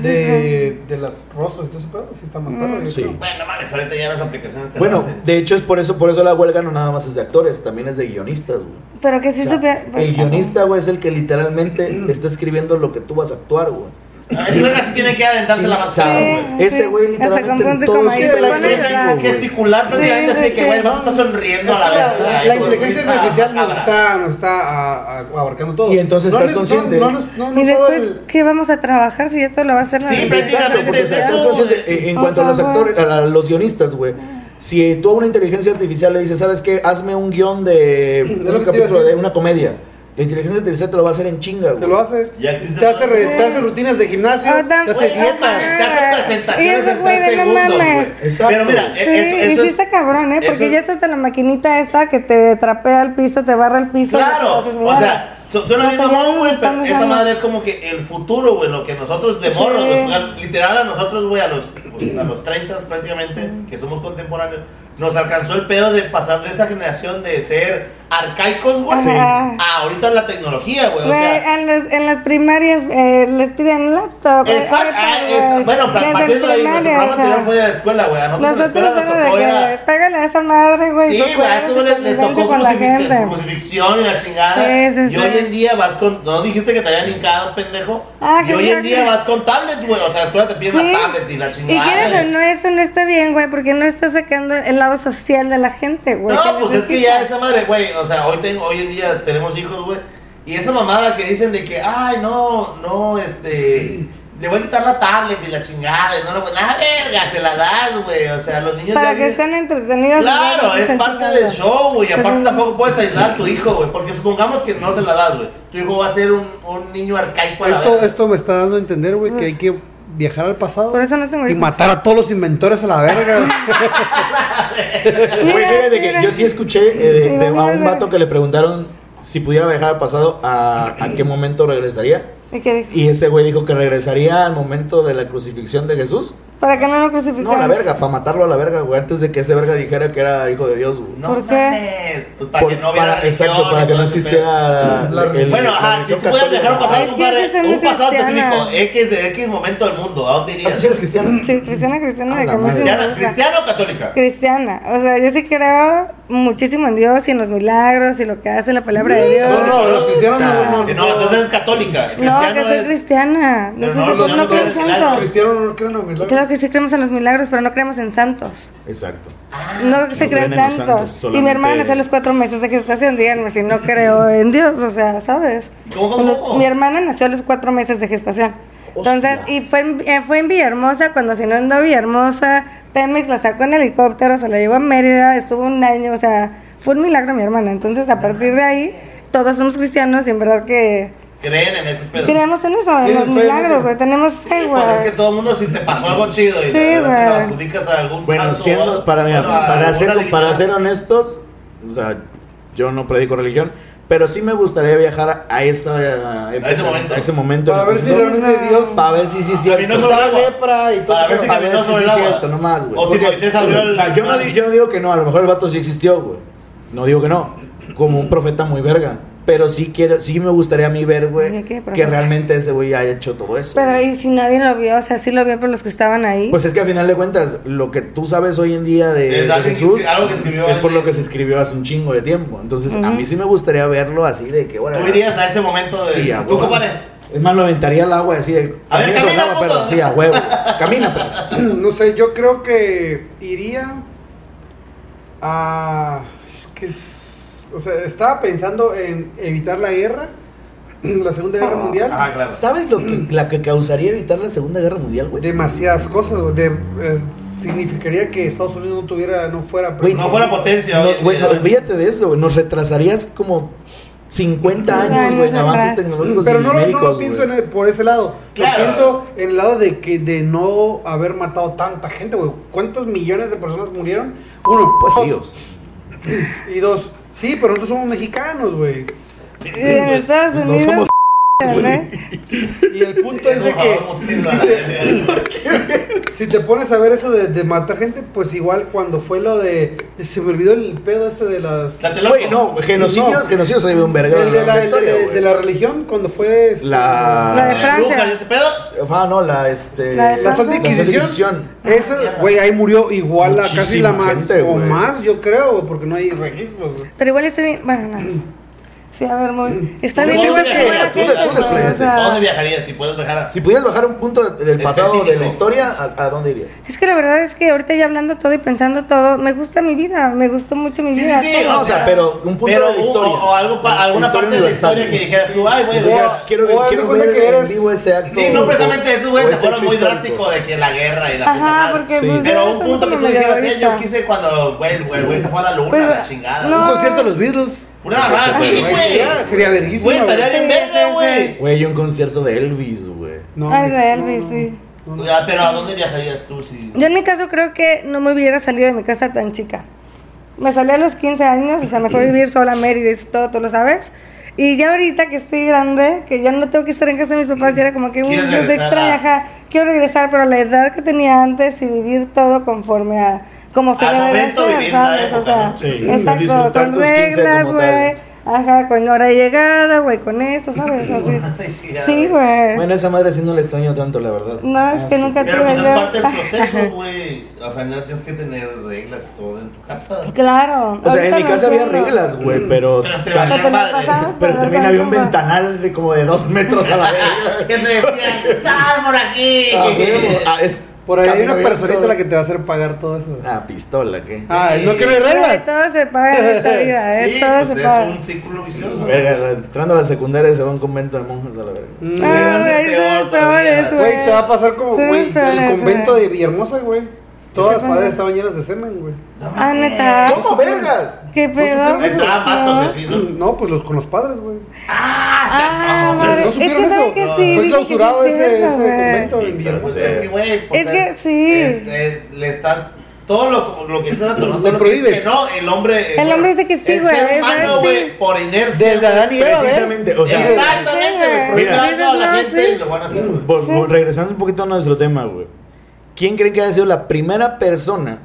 A: De los rostros y todo ese pedo, sí está más perro. yo
C: Sí.
A: creo.
B: Bueno, mames, ahorita ya las aplicaciones te
C: Bueno,
B: lo hacen.
C: de hecho es por eso la huelga no nada más es de actores, también es de guionistas, güey.
D: Pero que sí
C: O sea,
D: supiera...
C: el guionista, güey, es el que literalmente está escribiendo lo que tú vas a actuar, güey.
B: Ese verga sí tiene que aventarse
C: Sí,
B: la
C: o sea,
B: máscara,
D: Sí.
B: güey.
C: ese güey
D: Hasta con
C: literalmente
D: punto y
C: todo
D: coma,
C: su
D: y
A: se
C: pedo
A: pone
C: es
A: a
C: creativo,
A: llorar,
C: güey.
B: Gesticular prácticamente
D: Sí,
B: así
D: sí,
B: que, güey,
D: sí.
B: el vato está sonriendo a la vez.
A: La inteligencia artificial nos está abarcando todo.
C: Y entonces estás consciente.
D: Y después, ¿qué vamos a trabajar si esto lo va a hacer la
B: Sí,
D: gente?
B: prácticamente
C: Exacto, porque o sea,
B: es
C: estás
B: eso,
C: consciente,
B: güey.
C: en
D: Por
C: cuanto a los
D: favor.
C: actores, a los guionistas, güey. Si tú a una inteligencia artificial le dices, ¿sabes qué? Hazme un guión de
A: lo
C: un
A: que te iba a
C: capítulo
A: decir.
C: de una comedia. La inteligencia artificial te lo va a hacer en chinga, güey.
A: Te lo hace.
B: Ya existe
A: Te hace,
B: todo eso.
A: te hace rutinas de gimnasio,
D: Ah,
A: te hace
B: Güey, no
A: dietas.
B: mames, te hace presentaciones
D: Y ese
B: en
D: güey
B: 3
D: de no
B: segundos,
D: mames.
B: güey.
C: Exacto.
B: Pero mira,
D: Sí, y
B: eso
D: sí
B: es...
D: está cabrón, ¿eh? Porque
B: eso-
D: ya estás en la maquinita esa que te trapea el piso, te barra el piso.
B: Claro,
D: y no haces ni
B: o
D: nada.
B: sea, suena
D: O
B: bien
D: sea,
B: mamón,
D: ya
B: güey,
D: estamos
B: pero esa
D: dando-
B: madre es como que el futuro, güey, lo que nosotros de morros,
D: Sí.
B: güey, porque literal a nosotros, güey, a los 30 prácticamente, que somos contemporáneos, nos alcanzó el pedo de pasar de esa generación de ser arcaicos, güey,
D: Ajá.
B: a ahorita la tecnología, güey, o
D: Güey,
B: sea...
D: en las primarias les piden laptop.
B: Exacto, bueno, partiendo de ahí, nuestro programa anterior fue de la escuela, güey, a nosotros en la
D: Nosotros
B: escuela nos
D: era
B: tocó
D: de
B: era...
D: que pégale a esa madre, güey.
B: Sí,
D: tú
B: güey, a
D: juegas
B: estos güeyes les tocó
D: con la gente.
B: crucifixión y la chingada.
D: Sí, sí,
B: y
D: sí.
B: hoy en día vas con. ¿No dijiste que te habían hincado, pendejo?
D: Ah,
B: y
D: que
B: hoy en
D: sí.
B: día vas con tablet, güey. O sea, la escuela te pide
D: Sí.
B: una tablet y la
D: Y
B: chingada.
D: quieres o
B: güey.
D: no, eso no está bien, güey, porque no está sacando el lado social de la gente, güey.
B: No,
D: que
B: pues es que
D: necesita.
B: ya esa madre, güey. O sea, hoy en día tenemos hijos, güey. Y esa mamada que dicen de que, ay, no, le voy a quitar la tablet y la chingada. Y no lo voy a. Verga, se la das, güey. O sea, los niños.
D: Para
B: ya
D: que
B: viven-
D: estén entretenidos.
B: Claro,
D: y no
B: es
D: estén
B: parte
D: chingando.
B: del show, güey.
D: Pues
B: Aparte
D: sí.
B: tampoco puedes aislar a tu hijo, güey. Porque supongamos que no se la das, güey. Tu hijo va a ser un niño arcaico a la vez.
A: Esto me está dando a entender, güey, que hay que viajar al pasado.
D: Por eso no tengo
A: y
D: hijos.
A: matar a todos los inventores a la verga. güey.
C: Güey, fíjate que
D: mira.
C: yo sí escuché a
D: Imagínate.
C: un vato que le preguntaron si pudiera viajar al pasado, a qué momento regresaría.
D: ¿Y qué dijo?
C: Y ese güey dijo que regresaría al momento de la crucifixión de Jesús.
D: ¿Para que no lo crucifiquen?
C: No, a la verga, para matarlo a la verga, güey, antes de que ese verga dijera que era hijo de Dios, güey.
B: No
D: ¿Por qué?
B: mames. Pues para que no hubiera religión
C: exacto, para
B: y
C: que
B: todo
C: no
B: ese
C: existiera
B: pedo.
C: el-
B: Bueno,
C: la
B: ajá, si
C: religión
B: tú puedes viajar a un pasado,
D: Es que
B: compadre,
D: yo soy muy
B: un pasado
D: cristiana.
B: específico, de X momento del mundo, ¿a dónde
C: ¿Ah,
B: irías?
C: tú sí eres cristiano?
D: Sí, cristiana,
C: A
D: de
C: la
D: que a mí sí
C: madre.
D: me
B: ¿Cristiana,
D: gusta.
B: ¿Cristiana o católica?
D: Cristiana, o sea, yo sí creo muchísimo en Dios y en los milagros y lo que hace la palabra de Dios.
A: No, los cristianos no.
B: No, entonces es católica. El
D: No, que
B: cristiano
D: soy
B: es-
D: cristiana.
B: Pero
D: Nosotros
B: no
D: no
B: creo
D: creemos
B: en
D: en
B: milagros.
A: Los
D: santos.
A: cristianos no creen en los milagros.
D: Claro que sí creemos en los milagros, pero no creemos en santos.
C: Exacto.
D: No se
C: no
D: creen
C: creen en los
D: santos.
C: santos,
D: Y mi
C: solamente-
D: hermana nació a los 4 meses de gestación. Díganme si no creo en Dios, o sea, ¿sabes?
B: ¿Cómo?
D: Mi hermana nació a los 4 meses de gestación. Entonces,
C: Hostia.
D: y fue en Villahermosa, cuando se inundó Villahermosa, Pemex la sacó en helicóptero, se la llevó a Mérida, estuvo un año, o sea, fue un milagro mi hermana. Entonces, a partir de ahí, todos somos cristianos y en verdad que
B: Creen en ese pedo.
D: creemos en eso, en
A: Tienes
D: los
A: fe en
D: milagros,
A: eso.
D: güey, tenemos fe,
B: Pues es que
D: güey.
B: todo el mundo, si te pasó algo chido y
D: Sí,
B: se lo
D: güey.
B: adjudicas a algún
C: Bueno,
B: santo,
C: siendo,
B: o-
C: para, mira,
B: bueno, a
C: para,
B: alguna
C: ser, para
B: divinidad.
C: ser honestos, o sea, yo no predico religión, pero sí me gustaría viajar a esa época,
B: momento.
C: a ese momento.
A: Para ver si
C: No,
A: realmente Dios.
C: para ver si sí es cierto.
B: Caminó sobre el
A: Está
B: agua.
A: lepra y todo.
B: Para ver
A: eso.
B: si
C: Para ver
B: caminó
C: si
B: sobre
C: sí
B: el
C: es
B: agua.
C: cierto, no más, güey.
B: O si
C: Porque-
B: Moisés abrió el
C: o sea, yo no digo que no, a lo mejor el vato sí existió, güey. No digo que no, como un profeta muy verga. Pero sí me gustaría a mí ver, güey,
D: ¿Y qué
C: que
D: profeta?
C: realmente ese güey haya hecho todo eso.
D: Pero
C: güey.
D: y si nadie lo vio, o sea, sí lo vio por los que estaban ahí.
C: Pues es que a final de cuentas, lo que tú sabes hoy en día de
B: Es algo que
C: Jesús
B: escri- algo que escribió
C: es por
B: alguien.
C: lo que se escribió hace un chingo de tiempo. Entonces, a mí sí me gustaría verlo así de que, bueno,
B: Tú irías a ese momento de.
C: sí, a
B: ¿Tú,
C: huevo.
B: compadre?
C: Es más, lo aventaría al agua así de.
B: A ver,
C: camina sobre el
B: camina,
C: agua,
B: puto.
C: perro. Sí, a huevo. Camina, perro.
A: No sé, yo creo que iría a. O sea, estaba pensando en evitar la guerra, la Segunda Guerra Mundial.
B: Ajá, claro.
C: ¿Sabes la que causaría evitar la Segunda Guerra Mundial, güey?
A: Demasiadas cosas. Significaría que Estados Unidos no fuera.
C: Güey,
B: No fuera potencia.
C: No,
B: hoy en
C: güey,
B: día.
C: olvídate de eso, güey. Nos retrasarías como 50 años, güey, en avances tecnológicos
A: Pero
C: y
A: no
C: médicos,
A: lo pienso
C: güey.
A: por ese lado.
B: Claro.
A: Lo pienso en el lado de no haber matado tanta gente, güey. ¿Cuántos millones de personas murieron? Uno,
C: Pues
A: dos,
C: Dios.
A: y dos. Sí, pero nosotros somos mexicanos, güey.
D: En Estados
C: No
D: Unidos.
C: somos
D: ¿eh?
A: Y el punto es de que si te pones a ver eso de matar gente, pues igual cuando fue lo de... Se me olvidó el pedo este de las...
C: Güey, no, genocidios ha habido un verguero
A: El
C: en
A: de
C: la
A: la,
C: historia,
A: de
C: güey.
A: la religión, cuando fue...
D: La de
C: La...
D: Francia.
B: ¿Brujas y ese pedo?
C: Ah, no,
D: La de
A: La Santa Inquisición. Eso, güey, ahí murió igual a casi
C: Muchísima
A: la más
C: gente,
A: o
C: güey.
A: más, yo creo, güey, porque no hay registros, güey.
D: Pero igual está bien. Bueno, no. Sí, a ver, muy. Está bien,
B: ¿Dónde
D: igual que
B: viajarías?
D: la
C: Tú
D: gente,
C: después,
D: ¿no? O sea,
B: ¿A dónde viajarías si puedes viajar?
C: Si pudieras bajar un punto del pasado de la
B: Específico.
C: historia, ¿a dónde irías?
D: es que la verdad es que ahorita ya hablando todo y pensando todo, me gusta mi vida, me gustó mucho mi
B: Sí,
D: vida.
B: sí, sí,
D: todo.
C: No, o sea, pero un punto
B: Pero
C: de la historia.
B: o algo alguna
C: Historia
B: parte de la
C: universal,
B: historia que
C: güey.
B: dijeras tú, ay, güey,
C: Quiero
A: o haz de
C: quiero
A: cuenta
C: ver
A: que
C: en
A: eres-
C: vivo ese acto.
B: Sí, no precisamente estos güeyes
C: o
B: se
C: ese
B: fueron
C: hecho
B: muy
C: histórico.
B: drástico de que la guerra y la
D: Ajá,
B: puta madre.
D: porque
C: Sí.
D: pues,
B: Pero
D: ya
B: un punto que
D: como
B: tú
D: medio
B: dijeras, yo
D: egoísta.
B: quise cuando güey, el güey se fue a la luna,
D: Pues,
B: la chingada.
D: no.
A: Un concierto de los Beatles.
B: Una raza, sí,
A: Güey,
B: güey.
A: sería verguísima.
B: Güey, estaría bien
D: Sí,
B: verga,
D: sí,
B: güey.
C: Güey, un concierto de Elvis, güey.
A: No,
D: Ay,
A: no,
D: de Elvis,
A: no,
D: sí.
B: Ya, pero ¿a dónde viajarías tú si
D: Yo en mi caso creo que no me hubiera salido de mi casa tan chica. Me salí a los 15 años, o sea, me fui a vivir sola a Mérida y todo, tú lo sabes. Y ya ahorita que estoy grande, que ya no tengo que estar en casa de mis papás, ya era como que
B: ¿Quieres
D: yo te
B: regresar
D: extraña,
B: a-
D: ajá, quiero regresar, pero a la edad que tenía antes y vivir todo conforme a como se
B: Al
D: debe de
B: momento
D: hacer,
B: vivir la
D: ¿sabes? O
B: época,
D: sea,
B: ¿no?
C: Sí,
D: exacto,
C: disfrutar
D: con
C: tus 15
D: reglas,
C: como tal.
D: güey. Ajá, con hora de llegada, güey, con esto, ¿sabes? Así. Sí, güey.
C: Bueno, esa madre sí no la extraño tanto, la verdad.
D: No, es que nunca
B: Pero
D: tuve
B: pues es
D: yo.
B: parte del proceso, güey. O sea, no tienes que tener reglas y todo en tu casa.
D: Claro.
C: O sea, en
D: ahorita
C: mi
D: lo
C: casa había
D: entiendo.
C: reglas, güey, pero...
B: Pero te
D: Pero
B: valía
D: te la
B: madre.
D: pasabas
C: Pero
D: por
C: también
D: la
C: había un
D: tumba.
C: ventanal de como de 2 metros a la vez.
B: Que te decían, sal por aquí.
C: Es
A: Por ahí hay
C: camino
A: una
C: abierto.
A: personita la que te va a hacer pagar todo eso.
C: Una pistola, ¿qué?
A: Ah, ¿no que no hay
D: Pero
A: reglas?
D: todo se paga en esta vida,
B: Sí,
D: todo
B: pues
D: se
B: es
D: paga.
B: un círculo vicioso.
C: Verga, entrando a la secundaria se va a un convento de monjas a la verga.
D: Ah, güey,
B: Es peor
D: son los
B: todavía.
D: peores, güey.
A: Güey, te va a pasar como,
D: Son
A: güey,
D: los peores,
A: el convento
D: güey.
A: de Villahermosa, güey. Todas las
D: pasa?
A: paredes estaban llenas de semen, güey.
D: Ah, neta.
C: ¿Cómo vergas?
D: ¿Qué pedo?
B: Entraban vatos y así, ¿no?
A: No, pues con los padres, güey.
D: Ah,
B: mamón.
D: madre.
A: ¿No
D: Es
A: supieron
D: que saben
A: eso?
D: que
A: No.
D: sí.
A: Fue
D: dicen que
A: clausurado
D: sí es
A: ese
D: cierto, güey.
A: convento en
B: Pues
A: Villahermosa.
B: es que, güey, pues,
D: Es que sí.
B: le estás. Todo lo que está todo
A: Le
B: lo que dice
A: prohíbes.
B: que no, el hombre.
D: El hombre dice que sí,
B: el
D: güey,
B: ser
D: ¿sabes?
B: humano, güey,
D: Sí.
B: por inercia.
A: Desde Adán y Eva, ¿ves?
C: Precisamente, o sea...
B: Exactamente,
D: Sí,
B: güey.
D: güey.
B: Prohíbe
C: Mira.
B: algo a la
D: No,
B: gente
D: sí.
B: y lo van a hacer, güey.
C: Regresando un poquito a nuestro tema, güey. ¿Quién creen que haya sido la primera persona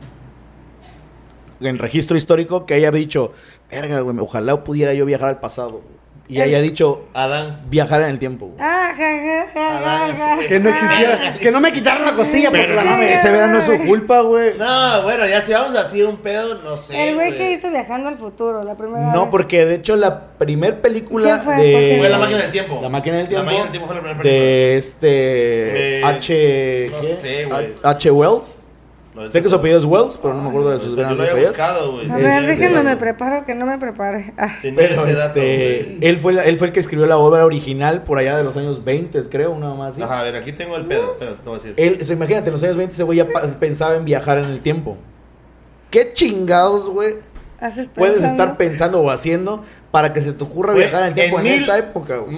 C: en registro histórico que haya dicho, verga, güey, ojalá pudiera yo viajar al pasado, güey"? Y haya dicho,
B: Adán.
C: viajar en el tiempo, güey.
D: Ah, ja, ja, ja,
B: Adán,
D: ja, ja.
A: Que no existiera. Que no me quitaron la costilla porque la mames.
C: Ese verano es su culpa, güey.
B: No, bueno, ya si vamos así un pedo, no sé.
D: El güey que hizo Viajando al Futuro, la primera
C: No,
D: vez.
C: porque de hecho la primer película
D: ¿Quién fue?
C: de...
B: Fue La Máquina del Tiempo.
C: La Máquina del Tiempo.
B: La Máquina del Tiempo fue la primera película.
C: De este... H...
B: no
C: ¿qué?
B: sé, güey.
C: H. Wells.
B: No,
C: Sé que su apellido es Wells, pero no me acuerdo de sus
B: Yo
C: grandes
B: lo había
C: apellidos.
B: buscado, güey.
D: A ver,
C: Este-
D: déjenme, me preparo, que no me prepare. Ah.
B: Tenía
C: Pero
B: ese dato, güey.
C: él fue el que escribió la obra original por allá de los años 20, creo, una más así.
B: Ajá, a ver, aquí tengo el pedo, pero te voy a decir.
C: Él, o sea, imagínate, en los años 20 ese güey ya pensaba en viajar en el tiempo. ¿Qué chingados, güey,
D: ¿Haces
C: puedes
D: pensando?
C: estar pensando o haciendo para que se te ocurra
B: Güey,
C: viajar en el tiempo en,
B: mil-
C: esa época, güey?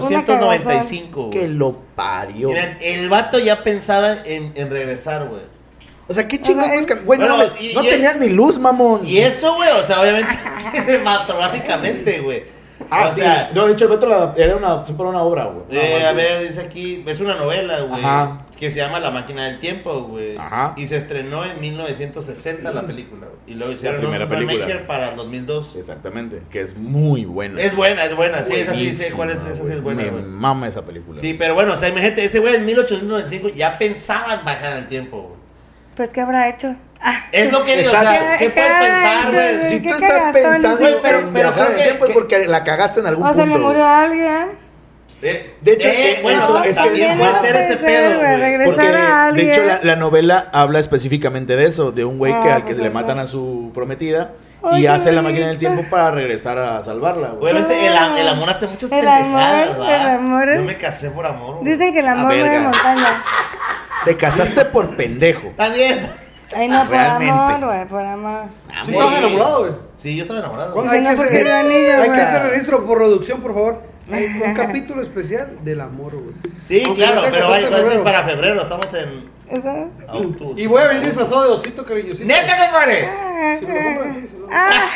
B: 1895,
C: Que
B: güey.
C: lo parió.
B: Mira, el vato ya pensaba en regresar, güey.
C: O sea, ¿qué chingados?
D: O sea,
C: Güey,
B: bueno,
C: no,
B: y-
C: no
B: y-
C: tenías ni luz, mamón.
B: Y eso, güey, o sea, obviamente cinematográficamente, güey.
C: Ah,
B: o
C: sí.
B: sea,
C: No, de hecho, el vato era una adaptación para una obra, güey.
B: a ver, dice aquí, es una novela, güey,
C: Ajá.
B: que se llama La Máquina del Tiempo, güey.
C: Ajá.
B: Y se estrenó en 1960 la película, güey. Y luego hicieron
C: primera
B: un
C: película.
B: remaker para el 2002.
C: Exactamente, que es muy buena.
B: Es buena, sí, esa sí sé
C: Buenísima,
B: cuál es, esa sí es
C: güey.
B: buena,
C: Me
B: güey.
C: mama esa película.
B: Sí, pero bueno, o sea, imagínate, ese güey en 1895 ya pensaba en bajar el tiempo, güey.
D: Pues, ¿qué habrá hecho? Ah.
B: Es lo que digo, o sea,
C: Exacto.
B: ¿qué puedes pensar, güey?
C: Si
D: ¿Qué
C: tú estás
D: cagazón,
C: pensando
B: güey, pero
C: en viajar
B: creo
C: en el
B: que-
C: tiempo es porque la cagaste en algún
D: O
C: punto.
D: se le murió
C: güey.
D: a alguien.
C: De hecho,
B: bueno,
C: eso es que
B: también puede
C: ajá,
B: ser ese
D: puede
B: pedo,
D: ser,
B: güey.
D: regresar
C: porque
D: a alguien.
C: de hecho la novela habla específicamente de eso, de un güey que
D: Ah,
C: al que
D: pues
C: le
D: eso.
C: matan a su prometida
D: Ay,
C: y
D: qué
C: hace la máquina del
D: bonito.
C: tiempo para regresar a salvarla, güey.
B: Obviamente el amor hace muchas
D: El
B: pendejadas,
D: amor,
B: ¿verdad?
D: el amor.
B: Yo me casé por amor, güey.
D: Dicen que el amor
C: A
D: mueve
C: verga.
D: montaña.
C: Te casaste por pendejo.
B: También.
D: Ay, no, por
C: Realmente.
D: amor, güey, por amor.
A: Sí, estabas enamorado, güey.
B: Sí, yo estaba enamorado.
A: Bueno,
D: Si
A: hay
D: no,
A: que
D: ¿por
A: hacer,
D: qué el anillo,
A: hay que
D: güey?
A: hacer registro por producción, por favor. Hay un capítulo especial del amor, güey.
B: Sí,
A: Aunque
B: claro,
A: no sea
B: pero
A: 14 de
B: va a ser
A: febrero.
B: para febrero. Estamos en
D: ¿Eso?
B: autos.
A: Y voy a venir disfrazado de osito cariñosito.
B: ¡Neta, compadre!
A: Si me lo compran, sí. Si no,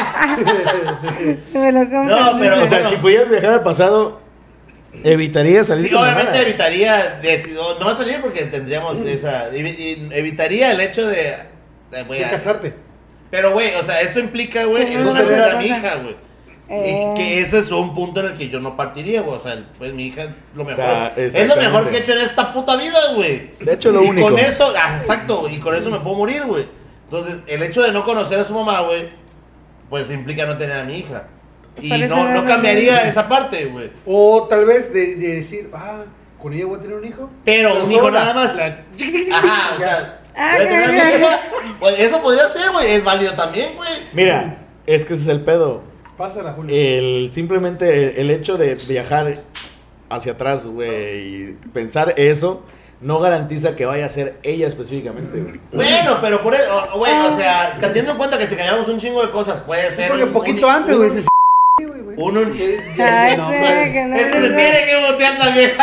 D: Se me lo compran.
B: No, pero
C: O sea,
B: bueno,
C: si pudieras viajar al pasado, ¿evitarías salir
B: sí,
C: con mi
B: obviamente
C: hermana?
B: evitaría, no salir porque tendríamos esa, evitaría el hecho de voy
A: de
B: a-
A: casarte.
B: pero güey, o sea, esto implica, güey,
D: Sí,
B: el
D: no,
B: hecho de
A: no,
B: tener
A: no,
B: a mi
D: no.
B: hija, güey.
D: Eh.
B: Que ese es un punto en el que yo no partiría, güey. O sea, pues mi hija es lo mejor.
C: sea,
B: es lo mejor
C: exactamente.
B: que he hecho en esta puta vida, güey.
C: De hecho, lo
B: y
C: único.
B: con eso, exacto, y con eso me puedo morir, güey. Entonces, el hecho de no conocer a su mamá, güey, pues implica no tener a mi hija. Y
D: Por eso
B: no
D: no
B: cambiaría esa parte, güey.
A: O tal vez de decir, con ella voy a tener un hijo.
B: Pero un hijo
A: sola.
B: nada más. Ajá, o sea, voy a tener a mi
D: ya.
B: hija. Pues eso podría ser, güey. Es válido también, güey.
C: Mira, es que ese es el pedo.
A: Pásala, Julio.
C: Simplemente el hecho de viajar hacia atrás, güey, y pensar eso, no garantiza que vaya a ser ella específicamente, güey.
B: Bueno, pero por eso, bueno, o sea, teniendo en cuenta que si cambiamos un chingo de cosas, puede
A: Sí,
B: ser.
A: porque poquito antes, güey. Se güey.
B: Uno.
D: Ay,
A: No,
D: sí,
A: güey.
D: que no.
B: Eso se tiene que botear también.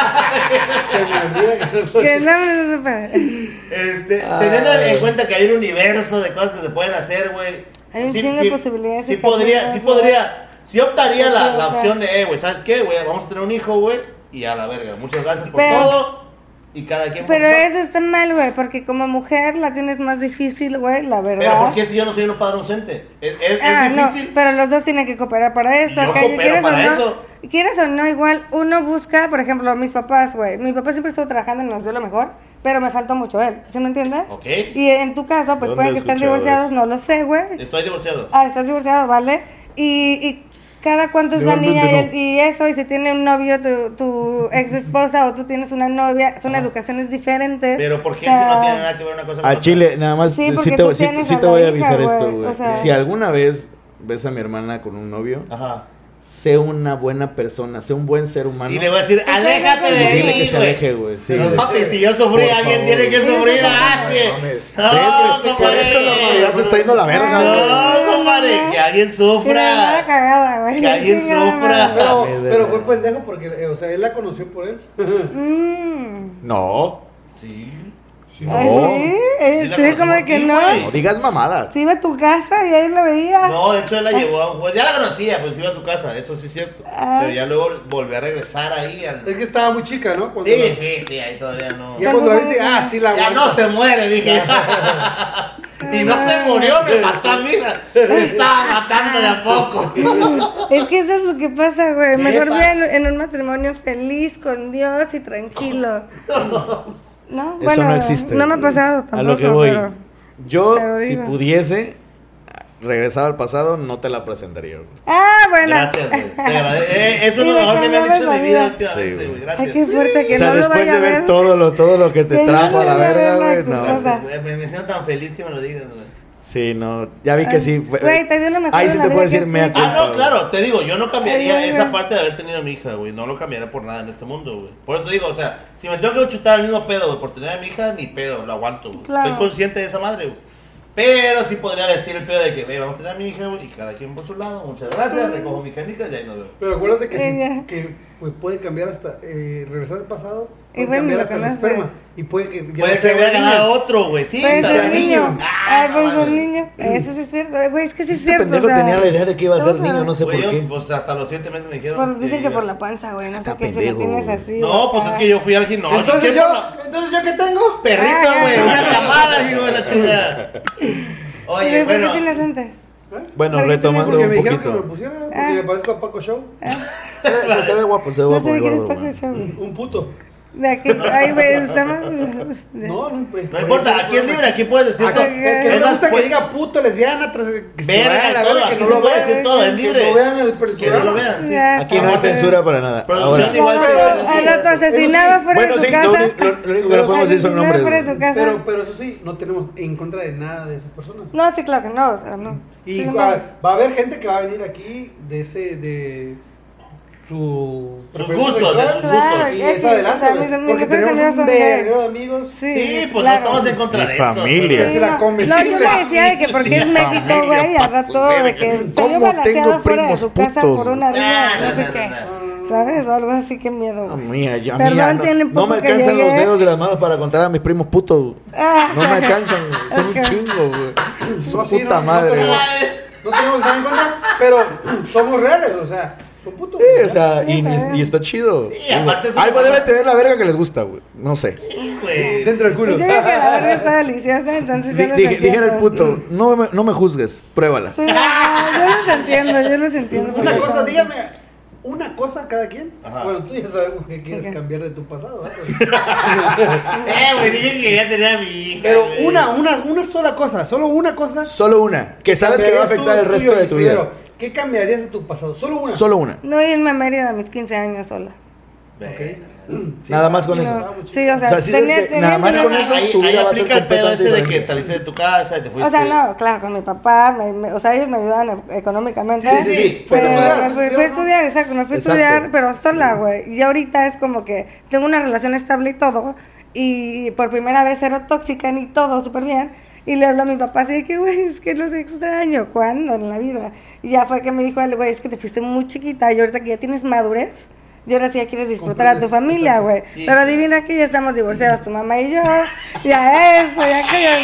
A: Se me olvida que no
D: Que no se puede.
B: Teniendo en cuenta que hay un universo de cosas que se pueden hacer, güey.
D: Hay un chingo de posibilidades
B: Sí
D: y
B: podría,
D: caminos,
B: sí optaría la
D: Otra.
B: opción de, güey, ¿sabes qué, güey? Vamos a tener un hijo, güey. Y a la verga. Muchas gracias por
D: Pero-
B: todo. Y cada quien por
D: Pero
B: su-
D: eso está mal, güey, porque como mujer la tienes más difícil, güey, la verdad.
B: Pero ¿por qué si yo no soy un padre ausente? Es
D: No,
B: difícil.
D: pero los dos tienen que cooperar para eso.
B: Yo
D: acá,
B: coopero
D: ¿quieres
B: para
D: o no?
B: eso.
D: Quieres o no, igual uno busca, por ejemplo, mis papás, güey. Mi papá siempre estuvo trabajando y nos dio lo mejor, pero me faltó mucho él, ¿sí me entiendes?
B: Ok.
D: Y en tu caso, pues
C: ¿Dónde
D: pueden
C: he
D: que estén
C: escuchado
D: divorciados,
C: eso?
D: no lo sé, güey.
B: Estoy divorciado.
D: Estás divorciado, ¿vale? Y cada cuánto es la niña
C: Legalmente
D: y eso, y si tiene un novio tu ex esposa o tú tienes una novia, son educaciones diferentes.
B: Pero ¿por qué
D: O
B: si
D: sea,
B: no tiene nada que ver una cosa con
C: A
B: otra?
C: Chile, nada más,
D: Sí,
C: sí,
D: porque
C: te,
D: tú
C: sí-
D: tienes
C: sí
D: a
C: te
D: la
C: voy a
D: hija,
C: avisar esto,
D: güey,
C: güey.
D: o sea.
C: Si alguna vez ves a mi hermana con un novio,
B: Ajá.
C: sé una buena persona, sé un buen ser humano.
B: Y le voy a decir, aléjate de
C: Dile que
B: ahí,
C: se
B: güey.
C: aleje, güey. Sí,
B: Pero,
C: güey.
B: papi, si yo sufrí,
C: Por
B: alguien
C: favor.
B: tiene que sufrir a alguien.
C: mames.
B: No,
C: Por
B: compadre.
C: eso la humanidad se está yendo a la verga, güey.
B: No, compadre, que alguien
D: Sí, la
B: sufra.
D: cagada, güey.
B: Que alguien
D: Chingada
B: sufra.
D: madre.
A: Pero fue pendejo porque, o sea, él la conoció por él.
C: No,
B: Sí.
D: Ay, sí,
B: Sí la
D: sí,
B: conocí
D: como de
B: por
D: que
B: ti,
D: no.
B: güey.
C: no digas mamadas.
D: Sí iba a tu casa y ahí lo veía.
B: No, de hecho él la llevó a... Pues ya la conocía, pues iba a su casa, eso sí es cierto.
D: Ah.
B: Pero ya luego volvió a regresar ahí al...
A: Es que estaba muy chica, ¿no? Cuando
B: Sí,
A: la-
B: sí, ahí todavía no...
A: Ya cuando la viste, sí la
B: Ya
A: aguanto.
B: no se muere, dije. Y no se murió, me mató a mí. Me estaba matando de a poco.
D: Es que eso es lo que pasa, güey. Mejor
B: Epa.
D: bien en un matrimonio feliz, con Dios y tranquilo. No,
C: Eso
D: bueno,
C: no existe.
D: no me ha pasado tampoco,
C: A lo que voy.
D: pero...
C: Yo,
D: pero
C: si
D: digo.
C: pudiese regresar al pasado, no te la presentaría, güey.
D: Bueno.
B: Gracias, güey. Te agradezco. Eso es
D: Sí,
B: lo
D: me
B: mejor que me han
D: cambiabas
B: dicho
D: la
B: de mi vida
D: vida.
B: últimamente,
C: Sí,
B: güey.
C: güey.
B: Gracias.
D: Ay, qué fuerte que
C: O sea,
D: no lo
C: después
D: vaya
C: de
D: a ver.
C: ver todo lo que te
D: Que no
C: trajo
D: lo
C: a la
D: vaya a ver
C: verga,
D: la
C: güey,
D: ex
C: no.
D: esposa.
B: Me siento tan feliz que me lo digas, güey.
C: Sí, no, ya vi que sí.
D: Güey, te dio lo mejor
C: Ahí
D: de
C: sí
D: la
C: te
D: vida
C: puedo
D: que
C: decir,
D: sí.
C: mea
B: Ah,
C: culpa,
B: no,
C: güey.
B: claro, te digo, yo no cambiaría
D: Ay,
B: esa
D: güey.
B: parte de haber tenido a mi hija, güey. No lo cambiaría por nada en este mundo, güey. Por eso digo, o sea, si me tengo que chutar el mismo pedo, güey, por tener a mi hija, ni pedo, lo aguanto, güey.
D: Claro.
B: Estoy consciente de esa madre, güey. Pero sí podría decir el pedo de que, vamos a tener a mi hija, güey, y cada quien por su lado. Muchas gracias, recojo mis canicas y ahí nos vemos.
A: Pero acuérdate que,
D: Ella.
A: que pues, puede cambiar hasta regresar al pasado.
D: Y
A: Puede
D: bueno,
A: cambiar
D: lo
A: hasta el
D: conoces.
A: esperma. Y puede que ya
B: Puede
A: no
B: que
A: sea
B: hubiera
A: una
B: ganado
A: niña.
B: otro, güey. Sí,
D: Puede
B: está
D: ser
B: bien.
D: niño.
B: Ah,
D: Ay, puede
B: no,
D: ser
B: mames.
D: niño. Eso sí es cierto. Güey, es que sí es
C: Este
D: cierto.
C: pendejo
D: o sea,
C: tenía la idea de que iba a ser
D: todos
C: niño, no sé
B: Güey,
C: por
B: yo,
C: qué.
B: pues hasta los 7 meses me dijeron.
D: Dicen que por
B: iba-
D: la panza, güey. No sé
C: Está
D: qué, si lo
C: pendejo.
D: tienes así.
B: No, pues es que yo fui al gimnasio.
A: Entonces yo qué tengo.
B: Perritos,
D: Ah,
B: güey,
D: ya.
B: una camada, hijo de la chingada. Oye,
D: ¿Por qué
B: bueno.
D: tienes lentes?
C: Bueno,
D: Porque
C: retomando
A: Porque
C: un
A: me dijeron que me lo
C: poquito.
A: pusiera, porque me parezco a Paco Show.
C: Se ve guapo, se ve
D: No
C: guapo
D: sé
C: el
D: de quién es
C: gordo,
D: Paco
C: güey.
D: Show, güey.
A: Un puto.
D: De aquí, ay, güey, está mal.
A: No
B: No importa, aquí es libre, aquí puedes decir todo.
A: Es que no
B: Es
A: me
B: más,
A: gusta que
B: puedes-
A: diga puto, lesbiana, que se
B: Verga,
A: vaya a la
B: todo,
A: verga,
B: aquí
A: que no
B: se
A: lo
B: puede
A: vean,
B: decir todo, es
A: que
B: libre.
A: no vean el
B: Que no lo
A: programa.
B: vean, sí.
D: Ya.
C: Aquí no hay censura para nada.
B: Producción
C: Ahora,
B: igual
D: Al rato asesinado fuera
C: bueno,
D: de su
C: sí,
D: casa.
C: lo único que le podemos decir son
D: Asesinado
C: nombres.
D: fuera de
C: güey.
D: su casa.
A: Pero eso sí, no tenemos en contra de nada de esas personas.
D: No, sí, claro que no, o sea, no.
A: Y
D: Sí,
A: va a haber gente que va a venir aquí de
B: Sus
A: preferencia
B: gustos,
A: sexual,
B: de sus
D: Claro,
B: gustos.
A: y
D: es
A: es
D: que,
A: adelante,
D: o sea,
A: güey,
D: mis
A: porque
D: mejores
A: tenemos
D: amigos
A: un
D: son
A: verguero
D: gays.
A: de amigos.
B: Sí, pues
D: claro.
B: no estamos en contra
C: Mi
B: de eso.
C: familia.
B: o sea,
A: Sí, la
D: No,
A: convención.
D: yo le decía de que porque es México, güey, al rato de que salió
C: ¿Cómo
D: balanceado
C: tengo
D: fuera de
C: primos
D: su casa
C: putos?
D: por una riña de no sé
B: no,
D: qué.
B: no.
D: ¿Sabes? O algo así, qué miedo, güey.
C: Mía, ya,
D: Perdón,
C: mía,
D: tiene
C: no
D: poco
C: me
D: que
C: alcanzan los
D: llegué.
C: dedos de las manos para contar a mis primos putos. No me alcanzan, son un
D: Ok.
C: chingo, güey. Su
A: No, sí,
C: puta
A: no,
C: madre,
A: no,
C: güey.
A: No tenemos nada en contra, pero somos reales, o sea, son putos.
C: Sí, o sea,
D: Sí, está bien.
C: y está chido.
B: Sí, aparte es una
C: Algo debe
B: forma-
C: tener la verga que les gusta, güey. No sé.
B: Güey.
A: Dentro del culo.
D: Pues yo creo que la verga está deliciosa, entonces yo los
C: Dijera el
D: entiendo.
C: puto, no me juzgues, pruébala.
D: Sí, yo los entiendo.
A: Una cosa,
D: perfectamente.
A: dígame, una cosa cada quien.
B: Ajá.
A: Bueno, tú ya sabemos que quieres
D: Ok.
A: cambiar de tu pasado, ¿verdad?
B: Güey, dije que quería tener a mi hija.
A: Pero
B: güey.
A: una sola cosa, solo una cosa.
C: Solo una, que sabes que va a afectar el resto de tu vida.
A: ¿Qué cambiarías de tu pasado? Solo una.
C: Solo una.
D: No irme a Mérida a mis 15 años sola.
B: Ve.
A: Sí,
C: Nada más con
A: sí,
C: eso.
A: no, muy
D: Sí, o sea,
C: O sea, sí, es que nada más
D: tenía-
C: con eso
B: Ahí,
C: tu
B: ahí
C: vida va a ser
B: aplica el pedo
C: completamente
B: ese de que
C: diferente.
B: saliste de tu casa y te fuiste.
D: O sea, no, claro, con mi papá, o sea, ellos me ayudaban económicamente.
C: Sí,
D: Pero
A: pero-
D: me fui a estudiar, exacto, me fui a
C: Exacto.
D: estudiar, pero sola, güey. Y ahorita es como que tengo una relación estable y todo, y por primera vez cero tóxica ni todo, súper bien. Y le hablo a mi papá así de que, güey, es que los extraño, ¿cuándo en la vida? Y ya fue que me dijo, güey, es que te fuiste muy chiquita y ahorita que ya tienes madurez, y ahora sí ya quieres disfrutar a tu familia, güey.
B: Sí.
D: Pero adivina que ya estamos divorciados, tu mamá y yo. Ya esto, ya aquello,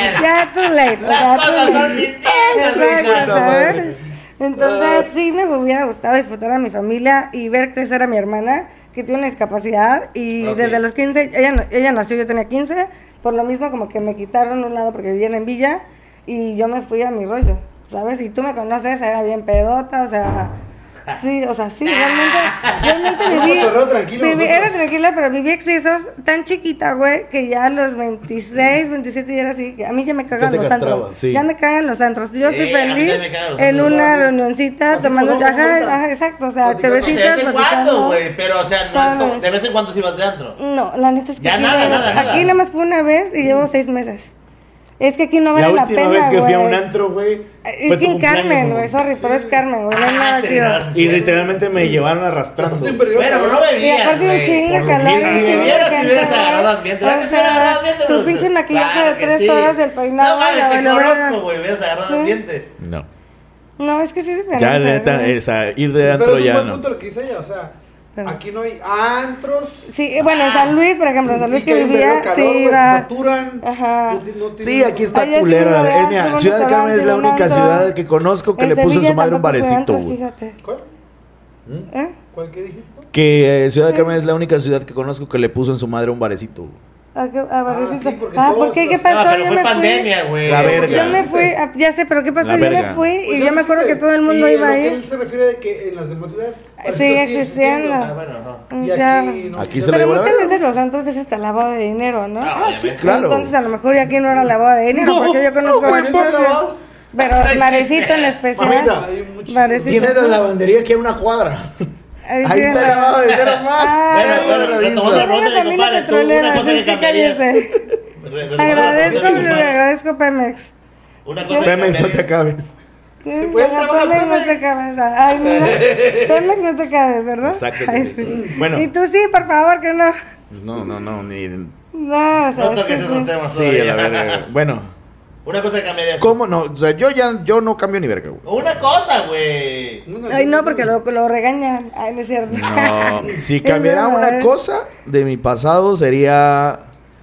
D: ya too late. o
B: Las
D: sea,
B: cosas
D: too
B: son
D: late.
B: distintas,
D: Exacto,
B: hija.
D: ¿sabes? Entonces sí me hubiera gustado disfrutar a mi familia y ver crecer a mi hermana, que tiene una discapacidad. Y
B: Ok.
D: desde los 15, ella nació, yo tenía 15. Por lo mismo como que me quitaron un lado porque vivían en Villa y yo me fui a mi rollo, ¿sabes? Y tú me conoces, era bien pedota, o sea... Sí, o sea, sí, realmente viví,
A: cotorreo tranquilo, nosotros.
D: era tranquila, pero viví excesos tan chiquita, güey, que ya a los 26, 27 ya era así, que a mí ya me cagan
C: te
D: los
C: castraba,
D: antros,
C: sí.
D: ya me cagan los antros, yo
B: Sí,
D: estoy
B: a mí
D: feliz
B: también me cagan los
D: en
B: antros,
D: una
A: ¿no?
D: reunioncita,
A: Así
D: tomando,
A: como vamos ahorita.
D: ajá, exacto, o sea,
A: Platicando.
B: De
D: chevecitas,
B: vez en
D: platicando.
B: cuando, güey. Pero, o sea, no es como.
D: ¿Sabes?
B: De vez en cuando sí vas de antro.
D: No, la neta es que
B: Ya
D: aquí,
B: nada.
D: aquí nada más fue una vez y llevo 6 meses. Es que aquí no
C: La
D: vale la,
C: última
D: pena,
C: vez que fui a un
D: güey.
C: antro, güey.
D: Es
C: fue
D: que
C: tu
D: en Carmen,
C: cumpleaños,
D: güey, sorry, pero es Carmen, güey, no hay nada
B: te
D: chido.
B: das.
C: Y literalmente me llevaron arrastrando.
B: Bueno, pero no
D: Y
B: bebías,
D: aparte un
B: güey.
D: chingo de
C: por lo
D: calor,
C: mismo.
D: un
C: Si
D: chingo de
B: bebieras,
D: gente,
B: hubieras agarrado
D: güey.
B: ambiente.
D: O
B: Hubieras agarrado
D: sea,
B: ambiente,
D: tu
B: pues,
D: pinche maquillaje
B: claro
D: de
B: que
D: 3
B: sí.
D: horas del peinado,
B: No mames,
D: la
B: te
D: velorera.
B: conozco, güey. Hubieras agarrado
D: Sí.
B: ambiente.
C: No.
D: No, es que sí es diferente.
C: Ya, neta,
D: ¿sí?
C: o sea, ir de
A: Pero
C: antro
A: es un
C: ya
A: buen
C: no.
A: punto lo que dice ella, o sea,
D: Pero-
A: aquí no hay antros.
D: Sí, bueno, en San Luis, por ejemplo, en San Luis
A: y
D: que
A: hay un
D: vivía,
A: vergo de calor,
D: sí,
A: güey, se
D: iba.
A: saturan.
D: Ajá.
A: No tienen-
C: Sí, aquí está
D: Allá sí
C: culero.
D: me rodean,
C: Mira,
D: tengo un
C: Ciudad de Carmen es la
D: restaurante,
C: única
D: un
C: ciudad
D: antro.
C: que conozco que
D: En
C: le puso a su
D: Sevilla
C: madre un
D: tampoco fue
C: barecito,
D: antros,
C: güey.
D: fíjate.
A: ¿Cuál?
D: ¿Eh?
A: ¿Cuál que dijiste tú?
C: Que Ciudad de Carmen es la única ciudad que conozco que le puso en su madre un barecito, güey.
A: sí, porque
D: Ah,
A: todos
D: ¿por qué?
A: los-
D: ¿Qué pasó?
B: No, pero
D: Yo
B: fue
D: me fui.
B: pandemia, güey.
C: La verga.
D: Yo me fui, ya sé, pero ¿qué pasó?
C: La
D: Yo me
C: verga.
D: fui
A: Pues
D: y
A: ya
D: yo me acuerdo que
A: existe.
D: todo el mundo
A: Y
D: iba
A: lo
D: a
A: que
D: ir.
A: él se refiere de que en las demás ciudades
D: Sigue existiendo.
B: Ah, bueno, no.
A: Y
D: Ya.
A: aquí no.
C: Aquí se lo
D: Pero
C: llevó la
D: muchas
C: verga.
D: veces los santos es hasta lavado de dinero, ¿no?
B: Ah, sí,
C: claro.
D: Entonces a lo mejor ya aquí no era lavado de dinero,
A: No,
D: porque yo conozco
A: no,
D: varios
A: güey, no es
D: socios.
A: lavado.
D: Pero
B: Ay,
D: Marecito
B: sí.
D: en especial.
C: Mamita,
A: Hay mucho-
D: Marecito.
C: Tienes la lavandería aquí a una cuadra.
D: Ahí
C: Ahí
D: sí,
C: está
D: la-
C: lavado de dinero más.
D: Ah,
B: Bueno, retomando la
D: Tengo
B: pregunta
D: una
B: de mi
D: familia
B: compadre, tú,
D: petrolera,
B: una cosa
D: así
B: que
D: que
B: cambiarías.
D: cállese.
B: Retomando la
D: Agradezco,
B: pregunta de mi compadre.
D: agradezco Pemex.
B: Una cosa que
C: Pemex, no te
B: cambiarías.
C: acabes.
D: ¿Qué?
A: puedes
D: Ajá,
A: trabajar
D: Pemex no
A: Pemex.
D: te cabes. Ay, mira. Pemex no te cabes, ¿verdad?
C: Exacto.
D: Ay, sí.
C: Bueno.
D: Y tú sí, por favor, que no.
C: No, ni.
D: No, o sea,
B: No
D: es
B: toques
D: que
B: esos
D: sí.
B: temas
C: Sí, a la
B: todavía.
C: verga. Bueno,
B: Una cosa que cambiarías.
C: ¿cómo no? O sea, yo no cambio ni verga, güey.
B: Una cosa, güey.
D: Ay, no, porque lo regañan. Ay, no es cierto.
C: No, si
D: Es
C: cambiara
D: verdad,
C: una cosa de mi pasado sería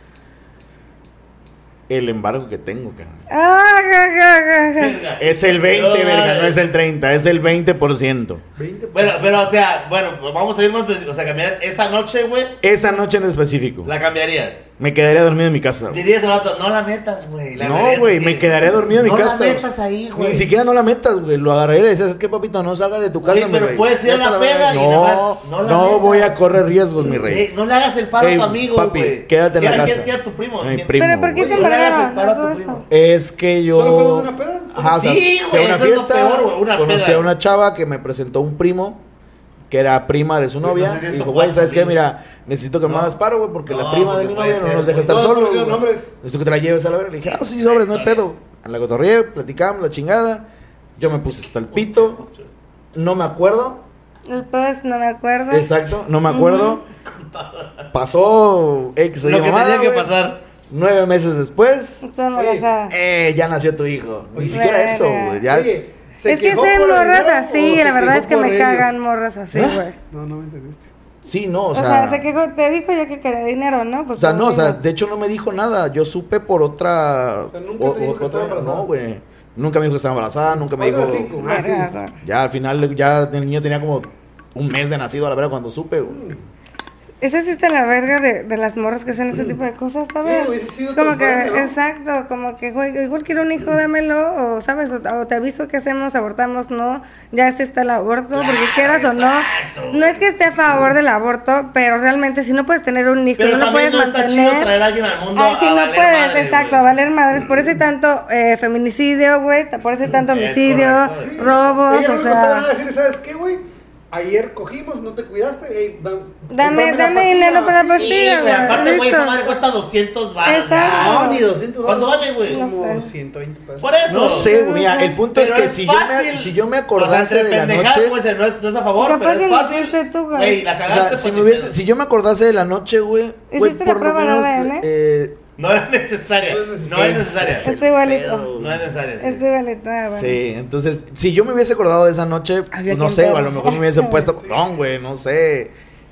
C: el embargo que tengo, cabrón.
D: Ah, ja.
C: Es el 20,
B: No,
C: verga,
B: madre.
C: no es el 30, es el 20%.
A: 20.
B: Bueno, pero, o sea, vamos a ir más. O sea, cambiar esa noche, güey.
C: Esa noche en específico.
B: La cambiarías.
C: Me quedaría dormido en mi casa, güey.
B: Dirías al rato, no la metas, güey. la
C: No,
B: regresas,
C: güey,
B: sí.
C: me quedaría dormido en mi
B: no
C: casa.
B: No la metas ahí, güey.
C: Ni siquiera no la metas, güey. Lo agarré y le decía, es que papito, no salgas de tu casa,
B: Güey,
C: mi
B: pero
C: rey.
B: puedes ir a
C: Vete
B: la
C: verga.
B: peda y
C: no,
B: nada más, no la
C: no
B: metas.
C: voy a correr riesgos, mi rey.
B: No le hagas el paro a
C: Ey,
B: tu amigo,
C: papi,
B: güey.
C: quédate en la casa.
B: ¿Quién a tu primo?
C: A mi
B: ¿Quién?
C: primo.
D: Pero ¿por qué
C: güey.
D: te
B: No le hagas el
D: embargaron?
B: paro a
D: Todo
B: tu
D: eso.
B: primo.
C: Es que yo.
A: ¿Solo fue una peda?
C: Ajá, o sea,
B: Sí,
C: fui a
B: güey,
C: una
B: eso es lo
C: fiesta,
B: peor, güey, una
C: conocí
B: peda.
C: a una chava que me presentó un primo que era prima de su
B: Güey,
C: novia.
B: no sé si
C: Y
B: esto
C: dijo, güey,
B: pasa,
C: ¿sabes qué?
B: sí.
C: Mira, necesito que me
B: No.
C: hagas paro, güey, porque
B: No,
C: la prima de
B: porque
C: mi
B: puede
C: novia no
B: ser,
C: nos deja
B: güey.
C: estar
A: Todos
C: solos.
A: conocieron
C: güey.
A: nombres.
C: Necesito que te la lleves a la verga. Le dije, ah, sí, sobres, no hay pedo. La cotorreé, platicamos, la chingada. Yo me puse hasta el pito. No me acuerdo.
D: El pues no me acuerdo.
C: Exacto, no me acuerdo. Pasó X o
B: Lo
C: Y
B: que
C: mamada,
B: tenía que
C: güey.
B: pasar.
C: 9 meses después,
D: Estoy embarazada.
C: ya nació tu hijo. Ni
A: Oye,
C: siquiera
D: verga.
C: eso, güey. Ya,
A: Oye,
D: Es que
A: quejó
D: sé
A: por el
D: morras
A: dinero
D: así,
A: o se
D: la verdad
A: quejó
D: es que
A: por
D: me
A: ello?
D: cagan morras así, güey.
A: No me entendiste.
C: sí, no,
D: O sea, se quejó, te dijo ya que quería dinero, ¿no? Pues
C: o sea, no, o sea,
D: conmigo.
C: de hecho no me dijo nada. Yo supe por otra.
A: O sea, nunca te dijo que estaba embarazada.
C: No, güey. Nunca me dijo que estaba embarazada, nunca me
A: ¿Cuál de
C: dijo.
A: las 5?
D: Verga, o sea.
C: Ya al final, ya el niño tenía como un mes de nacido a la verdad cuando supe, güey.
D: Esa sí está en la verga de las morras que hacen ese tipo de cosas, ¿sabes?
A: hubiese sido
D: Es como que,
A: transparente, ¿no?
D: exacto, como que, güey, igual quiero un hijo, dámelo, o, ¿sabes? O te aviso que hacemos, abortamos, no, ya sí está el aborto, porque quieras o no. No es que esté a favor del aborto, pero realmente si no puedes tener un hijo,
B: Pero
D: no lo
B: también
D: puedes
B: no está chido
D: mantener.
B: traer a alguien al mundo
D: Ay, si
B: a
D: no
B: valer
D: puedes,
B: madre,
D: exacto,
B: güey.
D: a valer madres. Por eso hay tanto feminicidio, güey, por eso hay tanto
B: Es
D: homicidio,
B: correcto.
D: robos,
A: Ellos
D: o
A: no estaban a
D: sea.
A: decir, ¿sabes qué, güey? Ayer cogimos, no te cuidaste, ey,
D: Dame
A: cómprame la
D: dinero para la
A: pastilla,
B: Sí,
D: pastilla,
B: güey, aparte, güey, esa
D: listo.
B: madre cuesta 200 baros.
D: Exacto.
A: No, ni 200
B: ¿Cuánto vale, güey?
D: No
A: Como
D: sé.
A: 120 pesos.
B: Por eso.
C: No sé, güey, mira, el punto es
B: Pero
C: que si yo,
B: fácil.
C: si yo me
B: O sea,
C: acordase
B: entre
C: de la
B: pendejadas,
C: noche.
B: pues, no es a favor,
D: Capaz
B: pero es
D: que
B: fácil.
D: lo hiciste tú, güey.
B: Güey, la
C: O
B: cagaste
C: sea, si,
B: por
C: me
B: ti,
C: hubiese,
B: pedo.
C: si yo me acordase de la noche, güey,
D: ¿Hiciste la prueba de ADN?
B: No es necesaria. No es necesaria.
D: Estoy igualito.
B: No es necesaria. sí.
D: Estoy igualita, bueno.
C: Sí, entonces, si yo me hubiese acordado de esa noche, pues,
D: Había
C: no
D: quien
C: sé,
D: pedo.
C: a lo mejor me hubiese puesto condón, güey, no sé.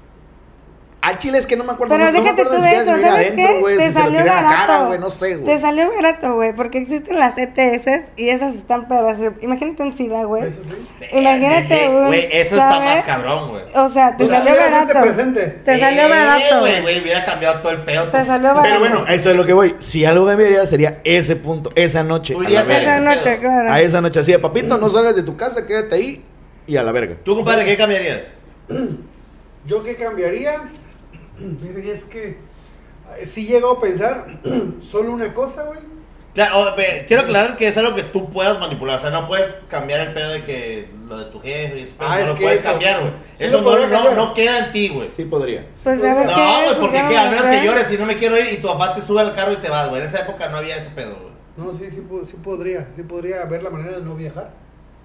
C: Al chile es que no me acuerdo.
D: Pero
C: no me
D: déjate
C: acuerdo
D: tú
C: ni
D: de
C: siquiera
D: eso,
C: si venía
D: ¿sabes
C: adentro,
D: qué?
C: güey,
D: Te
C: si se lo
D: salió
C: tiré en la cara,
D: barato.
C: güey, no sé, güey.
D: Te salió barato, güey, porque existen las ETS y esas están para... Imagínate un SIDA, güey.
A: Eso sí.
D: Imagínate un...
B: Güey, eso está
D: ¿sabes?
B: más cabrón, güey.
D: O sea, te
A: O sea,
D: salió
A: mira, este
D: barato.
A: presente.
D: Te salió barato,
B: güey,
D: güey.
B: güey, hubiera cambiado todo el pedo.
D: Te salió barato.
C: Pero bueno, eso es lo que voy. Si algo me enviaría sería ese punto, esa noche.
B: Tú
C: A, la
B: irías
C: verga.
D: Esa
B: ese
D: noche,
B: pedo.
D: claro.
C: A esa noche, así de papito, no salgas de tu casa, quédate ahí y a la verga.
B: Tú, compadre, ¿qué cambiarías?
A: ¿Yo qué cambiaría? Mira, es que si llego a pensar solo una cosa, güey.
B: Claro, quiero aclarar que es algo que tú puedas manipular. O sea, no puedes cambiar el pedo de que lo de tu jefe y ese pedo.
A: Ah,
B: No
A: es
B: lo
A: que
B: puedes
A: eso.
B: cambiar, güey.
A: Sí
B: Eso
A: lo podría cambiar.
B: no queda en ti, güey.
C: Sí podría.
D: Pues ¿sabes
A: No,
D: qué?
B: No, güey,
D: Pues
B: porque
D: ya
B: ¿qué?
D: me
B: Al menos
D: sé.
B: que llores y no me quiero ir y tu papá te sube al carro y te vas, güey. En esa época no había ese pedo, güey.
A: No, sí podría ver la manera de no viajar.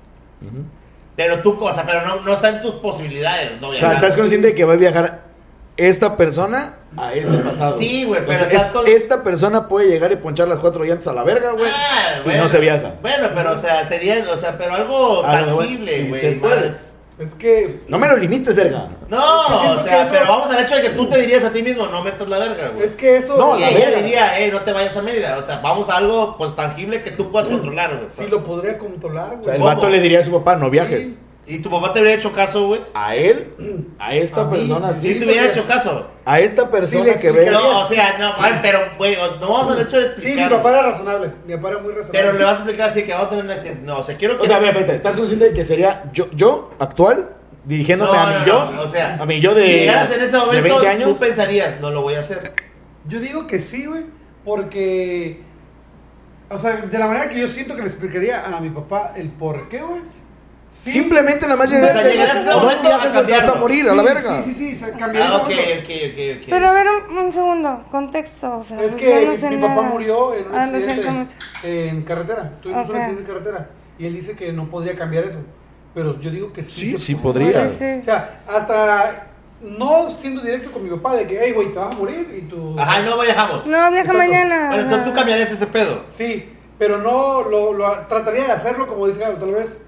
B: Pero tú, o sea, pero no está en tus posibilidades, no
C: O sea,
B: viajar.
C: estás consciente de que va a viajar esta persona a ese pasado.
B: Sí, güey, pero
C: Entonces,
B: estás con-
C: esta persona puede llegar y ponchar las 4 llantas a la verga, güey.
B: Ah,
C: y no se viaja.
B: Bueno, pero o sea, sería, o sea, pero algo
C: Algo, güey,
B: tangible,
C: sí,
B: güey.
C: se puede.
B: más.
A: Es que
C: No me lo limites, verga.
B: No,
A: Es que siento
B: o sea,
A: que eso-
B: pero vamos al hecho de que tú te dirías a ti mismo, no metas la verga, güey.
A: es que eso
C: No,
B: Y
C: la
B: ella
C: verga.
B: diría, no te vayas a Mérida. O sea, vamos a algo pues tangible que tú puedas controlar, güey.
A: sí lo podría controlar,
C: O sea, el
A: güey.
B: ¿Cómo?
C: vato le diría a su papá, no viajes.
A: Sí.
B: Y tu papá te hubiera hecho caso, güey.
C: A él, a esta
A: A mí,
C: persona,
B: Si
A: sí,
B: te hubiera
A: porque-
B: hecho caso.
C: a esta persona
A: le
C: que ve.
A: explicaría.
B: No, o sea, no, mal, pero, güey, no vamos al hecho de
A: Sí, mi
B: explicar,
A: papá era razonable. Mi papá era muy razonable.
B: pero le vas a explicar así que vamos a tener un accidente. No, o sea, quiero que.
C: O sea, mira, espérate, ¿estás consciente de que sería yo actual, dirigiéndome
B: No,
C: a mi
B: no,
C: yo?
B: no, o sea,
C: a mi yo de,
B: si llegaras en ese
C: de
B: momento,
C: 20 años.
B: tú pensarías, no lo voy a hacer.
A: Yo digo que sí, güey, porque... O sea, de la manera que yo siento que le explicaría a mi papá el por qué, güey. Sí.
C: Simplemente nada más
A: O sea,
C: llegar
B: llegarás a ese
C: o no
B: momento
C: viajes
B: a
C: porque vas a
B: cambiarlo.
C: morir a la verga.
A: Sí, cambiaría
B: Ah, ok,
A: eso.
B: ok.
D: Pero a ver, un segundo, contexto, o sea,
A: Es
D: yo
A: que
D: no sé
A: mi
D: nada.
A: papá murió en un
D: Ah, lo siento
A: accidente
D: mucho.
A: en carretera. Tuvimos
D: Ok.
A: un accidente en carretera. Y él dice que no podría cambiar eso. Pero yo digo que sí.
C: Sí,
A: se
C: sí
A: puede.
C: podría.
D: Pues sí.
A: O sea, hasta no siendo directo con mi papá de que, hey, güey, te vas a morir y tú...
B: Ajá, no viajamos.
D: No, viaja
A: Exacto.
D: mañana.
B: Bueno, entonces tú cambiarías ese pedo.
A: Sí, pero no lo trataría de hacerlo como dice Gabo, tal vez...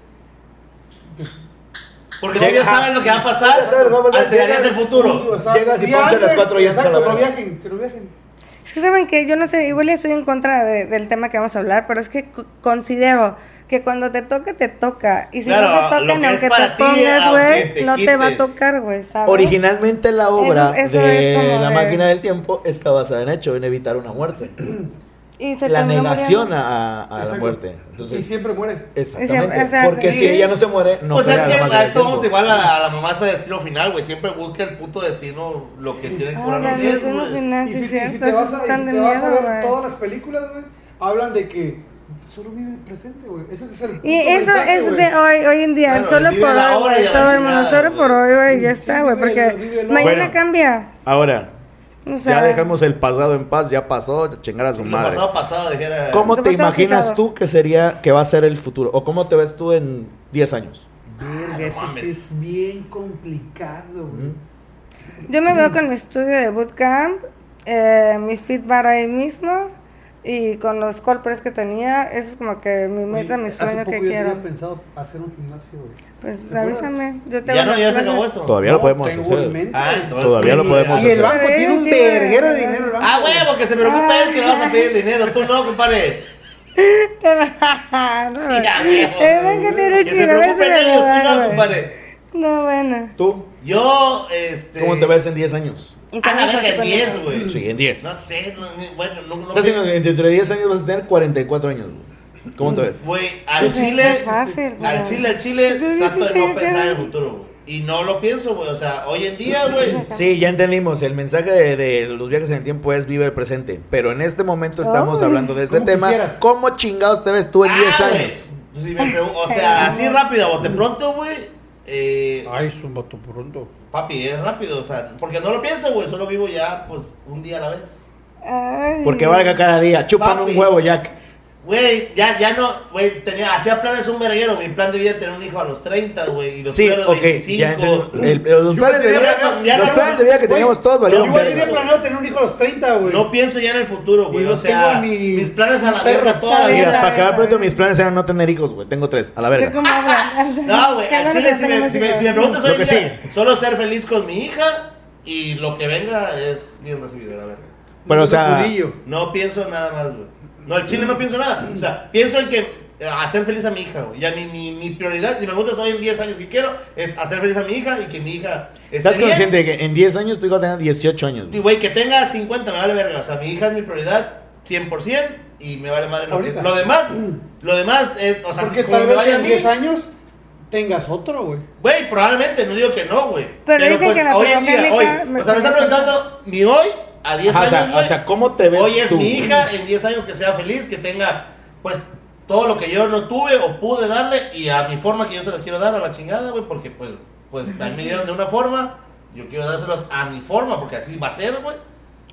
A: Pues,
B: Porque tú ya
C: Llega-
B: sabes lo que va a pasar.
C: Ya sabes lo que va a pasar.
B: Alterarías el
C: Llegas-
B: futuro.
A: exacto.
C: Llegas y
A: Y
C: ponchas las
A: antes,
C: 4 llantas a la
A: exacto,
C: verga.
A: que no viajen.
D: Es que saben que yo no sé, igual ya estoy en contra del tema que vamos a hablar, pero es que considero que cuando te toca, te toca. Y si
B: Claro,
D: no te toca,
B: lo
D: ni
B: que
D: aunque
B: es para
D: te
B: ti,
D: pongas,
B: aunque
D: güey,
B: te
D: no te va a
B: quites.
D: tocar, güey, ¿sabes?
C: Originalmente la obra
D: Eso
C: de
D: es como
C: La
D: de-
C: máquina del tiempo está basada en hecho, en evitar una muerte.
D: Y se
C: La
D: terminó
C: negación
D: muriendo.
C: a la
A: Exacto.
C: muerte.
A: Y
C: Entonces,
A: siempre muere.
C: exactamente.
D: Exacto.
C: Porque si
A: Sí.
C: ella no se muere, no
B: Pues
C: crea
B: es
C: la
B: que
C: máquina
B: a
C: del
B: esto vamos
C: tiempo.
B: igual a la mamá hasta destino final, güey. Siempre busca el puto destino, lo que tiene que
D: Ah,
B: curar
D: la
B: los
D: de
B: días,
D: destino
B: güey.
D: final,
A: Y
D: sí,
A: si,
D: es
A: y
D: cierto,
A: si te vas
D: esos
A: a, y
D: están
A: si
D: de
A: te vas a
D: miedo,
A: ver
D: güey.
A: todas las películas, güey, hablan de que solo vive el presente, güey. Eso es el
D: Y
A: puto
D: eso
A: mensaje,
D: es
A: güey.
D: de hoy en día,
B: Claro,
D: solo
B: vive
D: por
B: la
D: hoy,
B: hora y
D: güey,
B: a la
D: todo el mundo,
B: chingada,
D: solo por
B: güey.
D: hoy, güey, ya
A: Sí,
D: está, güey,
A: vive
D: porque
A: el- vive el hoy.
D: mañana
C: Bueno.
D: cambia.
C: Ahora,
D: O sea,
C: ya dejamos el pasado en paz, ya pasó, chingar a su
B: Lo
C: madre.
B: pasado, dijera.
C: ¿Cómo
D: Lo
C: te
D: pasado
C: imaginas
D: pisado.
C: tú que sería, que va a ser el futuro? ¿O cómo te ves tú en 10 años?
A: Verga, eso sí es bien complicado, güey.
D: Yo me veo con mi estudio de bootcamp, mi feedback ahí mismo y con los golpes que tenía. Eso es como que mi meta, mi sueño que quiero.
A: Yo tenía pensado hacer un gimnasio, güey.
D: Pues
A: ¿Te acuerdas?
D: avísame. Yo
B: Ya no, ya se acabó
D: eso.
B: eso.
C: Todavía lo podemos
A: tengo en
C: hacer.
A: mente.
B: Entonces,
C: Todavía lo podemos
A: Y el
C: hacer.
A: banco tiene un
D: Sí,
A: verguero de
D: sí.
A: dinero. El banco,
B: Huevo, que se preocupe él que le vas a pedir dinero. Tú no, compadre.
D: No,
B: Sí, ya, huevo.
D: que tiene
B: Que se
D: chido, a ver si
B: preocupen
D: me
B: ellos,
D: lo
B: tú
D: dan,
B: no,
D: güey.
B: compadre.
D: No, bueno.
C: ¿Tú?
B: Yo,
C: ¿Cómo te ves en 10 años?
B: A la verga, en 10, güey.
C: Sí, en 10.
B: No sé, bueno, no.
C: O sea, si dentro de 10 años vas a tener 44 años, güey. ¿Cómo te ves?
B: Güey, al
D: Pues
B: chile,
D: es fácil, güey.
B: al chile,
D: Tú
B: trato de no
D: dices que
B: pensar en el
D: ya.
B: futuro, güey. Y no lo pienso, güey. O sea, hoy en día, güey.
C: Sí, ya entendimos. El mensaje de los viajes en el tiempo es vive el presente. Pero en este momento estamos
D: Ay.
C: hablando de este
A: ¿Cómo
C: tema.
A: quisieras?
C: ¿Cómo chingados te ves tú en 10
B: güey.
C: años?
B: Pues si me o sea, así rápido, a bote pronto, güey.
A: Ay, es un vato pronto.
B: Papi, es rápido, o sea, porque no lo pienso, güey. Solo vivo ya, pues, un día a la vez.
D: Ay.
C: Porque valga cada día. Chupan
B: Papi.
C: un huevo, Jack.
B: Güey, ya no, güey, hacía planes un verguero. Mi plan de vida era tener un hijo a los 30, güey. Y los
C: Sí,
B: tuyos a los
C: ok.
B: 25.
C: Ya los planes de
A: tenía
C: vida,
A: razón,
B: ya
C: los
B: no,
C: planes de vida que
A: güey,
C: teníamos todos
A: Yo
C: valieron
A: igual
C: verga.
A: tenía planeado tener un hijo a los 30, güey.
B: No pienso ya en el futuro, güey.
A: Y
B: O
A: no
B: sea,
A: tengo ni
B: mis planes a la
A: perro.
B: verga toda la
D: Está bien,
C: Mira,
B: vida.
C: para acabar pronto mis planes eran no tener hijos, güey. Tengo 3, a la
D: ¿De
C: verga.
D: cómo hablan?
B: No, güey,
D: Qué
B: al
D: bueno
B: chile,
D: que
B: si
D: tenemos hijos.
B: me preguntas
C: Lo
B: hoy en
C: que
B: día, solo ser feliz con mi hija y lo que venga es bien recibido, la verga.
C: Pero, o sea,
A: Culillo.
B: No pienso nada más, güey. No, al chile no pienso nada. O sea, pienso en que hacer feliz a mi hija, güey. Ya mi prioridad, si me preguntas hoy en 10 años que quiero, es hacer feliz a mi hija y que mi hija esté
C: ¿estás
B: bien.
C: consciente de que en 10 años tu hijo va a tener 18 años?
B: Y, güey, que tenga 50 me vale verga. O sea, mi hija es mi prioridad 100% y me vale madre
A: Ahorita.
B: lo demás, o sea,
A: Porque
B: como
A: tal
B: me
A: vez
B: vaya a
A: en
B: mí,
A: 10 años tengas otro, güey.
B: güey, probablemente, no digo que no, güey.
D: Pero dicen que la
B: hoy en día,
D: progénica-
B: o sea, me están preguntando mi hoy a 10
C: Ajá,
B: años, güey.
C: o sea, ¿cómo te ves
B: Hoy es
C: tú?
B: mi hija en 10 años que sea feliz, que tenga, pues, todo lo que yo no tuve o pude darle y a mi forma que yo se las quiero dar a la chingada, güey, porque, pues a mí me dieron de una forma, yo quiero dárselos a mi forma, porque así va a ser, güey.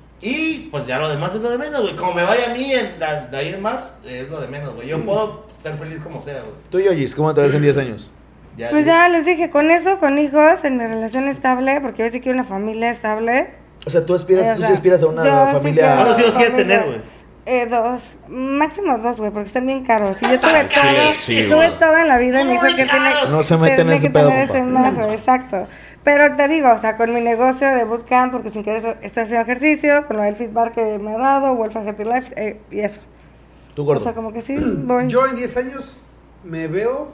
B: Y, pues, ya lo demás es lo de menos, güey. Como me vaya a mí, de ahí en más, es lo de menos, güey. Yo puedo ser feliz como sea, güey.
C: Tú, Yoyis, ¿cómo te ves en 10 años?
D: Pues ya les dije, con eso, con hijos, en mi relación estable, porque yo sí quiero una familia estable.
C: O sea, tú aspiras,
D: O sea,
C: a una
D: yo sí
C: familia.
D: quiero
B: ¿Cuántos hijos quieres
D: familia.
B: tener, güey?
D: 2, máximo 2, güey, porque están bien caros. Y yo tuve todo,
C: carísimo.
D: tuve todo en la vida y me dijo
B: Muy
D: que tiene,
B: caros.
C: No se meten en
D: tiene
C: ese
D: que
C: pedo,
D: tener
C: compa.
D: ese más, güey, exacto. Pero te digo, o sea, con mi negocio de bootcamp, porque sin querer estoy haciendo ejercicio, con lo del feedback que me ha dado, Welfare Healthy Life, y eso.
C: Tú,
D: O
C: gordo.
D: sea, como que sí, voy.
A: Yo en 10 años me veo,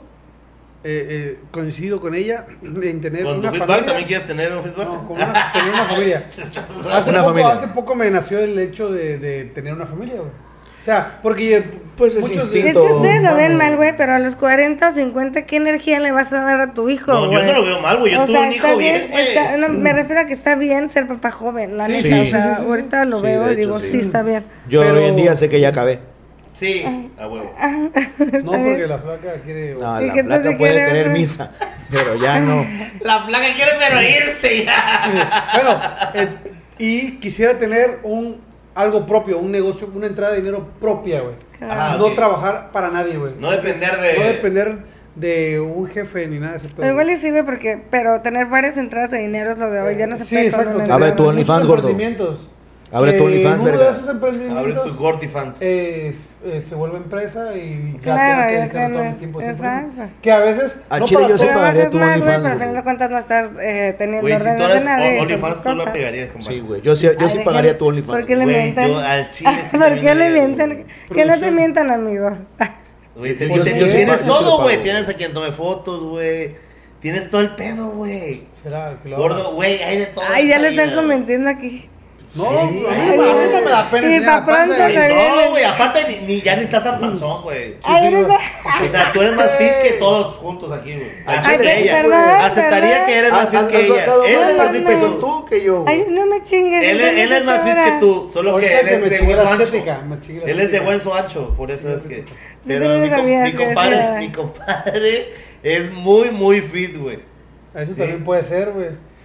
A: coincido con ella, en tener
B: ¿Con tu
A: una
B: feedback
A: familia.
B: también quieres tener un feedback?
A: No, tener una familia. Hace poco me nació el hecho de tener una familia, güey. O sea, porque
C: Pues es
A: muchos
D: Es que
C: instinto.
D: ustedes lo ven
C: humano.
D: mal, güey, pero a los 40 o 50, ¿qué energía le vas a dar a tu hijo,
B: No, yo
D: güey?
B: no lo veo mal, güey. Yo
D: O
B: tuve
D: sea,
B: un hijo
D: está
B: bien, güey.
D: no, me refiero a que está bien ser papá joven, la
A: Sí,
D: neta.
C: sí,
D: o
C: sí,
D: sea,
A: sí, sí.
D: ahorita lo
C: Sí,
D: veo
C: de
D: y digo,
C: hecho,
D: sí,
C: sí.
D: está bien.
C: Yo
A: Pero-
C: hoy en día sé que ya acabé.
B: Sí, a huevo.
A: No, porque la flaca quiere.
C: No,
D: ¿Y
C: la
D: qué
C: placa
D: entonces
C: puede
D: quieres
C: querer
D: hacer?
C: misa, pero ya no.
B: La placa quiere pero irse ya.
A: Bueno, y quisiera tener algo propio, un negocio, una entrada de dinero propia, güey.
B: Ajá,
A: No
B: ok.
A: trabajar para nadie, güey.
B: No depender de...
A: No depender de un jefe ni nada de ese pedo.
D: Pero igual y sirve porque, pero tener varias entradas de dinero es lo de hoy, ya no se
A: Sí,
D: puede con
A: exacto.
D: una
C: Abre
D: entrada.
C: tu OnlyFans,
A: Muchos
C: gordo.
A: emprendimientos.
C: Abre tu OnlyFans,
A: en uno
C: verga.
A: de esos
B: Abre
A: emprendimientos
B: tus Gortifans.
A: se vuelve empresa y
D: Claro,
A: ya te
D: ya
A: dedicas todo
D: tienes,
A: el tiempo a ese
D: exacto.
A: emprendimiento. Que a veces
C: A
A: no
C: Chile
A: para
C: yo sí
A: todos,
C: pagaría
D: Trabajas
C: tu
D: más, güey,
C: OnlyFans,
D: pero al
C: güey.
D: final de cuentas no estás teniendo
B: Güey, si tú
D: órdenes de
B: eres
D: nadie. son
B: OnlyFans,
D: tus
B: tú la
D: cosas.
B: pegarías, compadre.
C: Sí, güey. Yo sí
D: Ay,
C: pagaría tu
D: ¿por
C: OnlyFans.
D: qué le
B: Güey,
D: mientan?
B: yo al chile sí
D: ¿Por
B: también
D: qué le
B: haría,
D: mientan?
B: güey.
D: Que no te
A: Producción.
D: mientan, amigo.
B: Güey,
C: Yo sí
B: tienes
C: pago,
B: todo,
C: yo sí
B: güey.
C: pago.
B: Tienes a quien tome fotos, güey. Tienes todo el pedo, güey.
A: será que lo haga.
B: Gordo, güey, hay de todo.
D: Ay, ya
B: esa
D: le están
B: vida,
D: convenciendo aquí.
A: No,
B: Sí.
A: a mí no me da pena
D: Y
A: enseñar la
D: pa' pronto
A: panza,
D: se
A: güey.
D: ve-
B: No, güey, aparte ya ni estás tan panzón, güey.
D: Ay, eres...
B: O sea, tú eres más fit que todos juntos aquí, güey. Al
C: Ay,
B: chile ella.
D: perdón,
B: Aceptaría
D: perdón.
B: que eres más fit que ella.
C: sacado
B: Él es
C: más
B: más fit que
C: peso
B: tú.
C: tú que yo. güey.
D: Ay, no me chingues.
B: Él
D: entonces,
B: es más fit
D: ahora.
B: que tú, solo que
A: Ahorita
B: él
A: que
B: es
A: me
B: de
A: chingué
B: hueso
A: la
B: ancho.
A: estética, me chingué la
B: Él es de
A: estética.
B: hueso ancho, por eso es que. Pero
D: no sabía
B: mi
D: que
B: compadre,
D: decía.
B: mi compadre es muy, muy fit, güey.
A: Eso
B: Sí.
A: también puede ser, güey.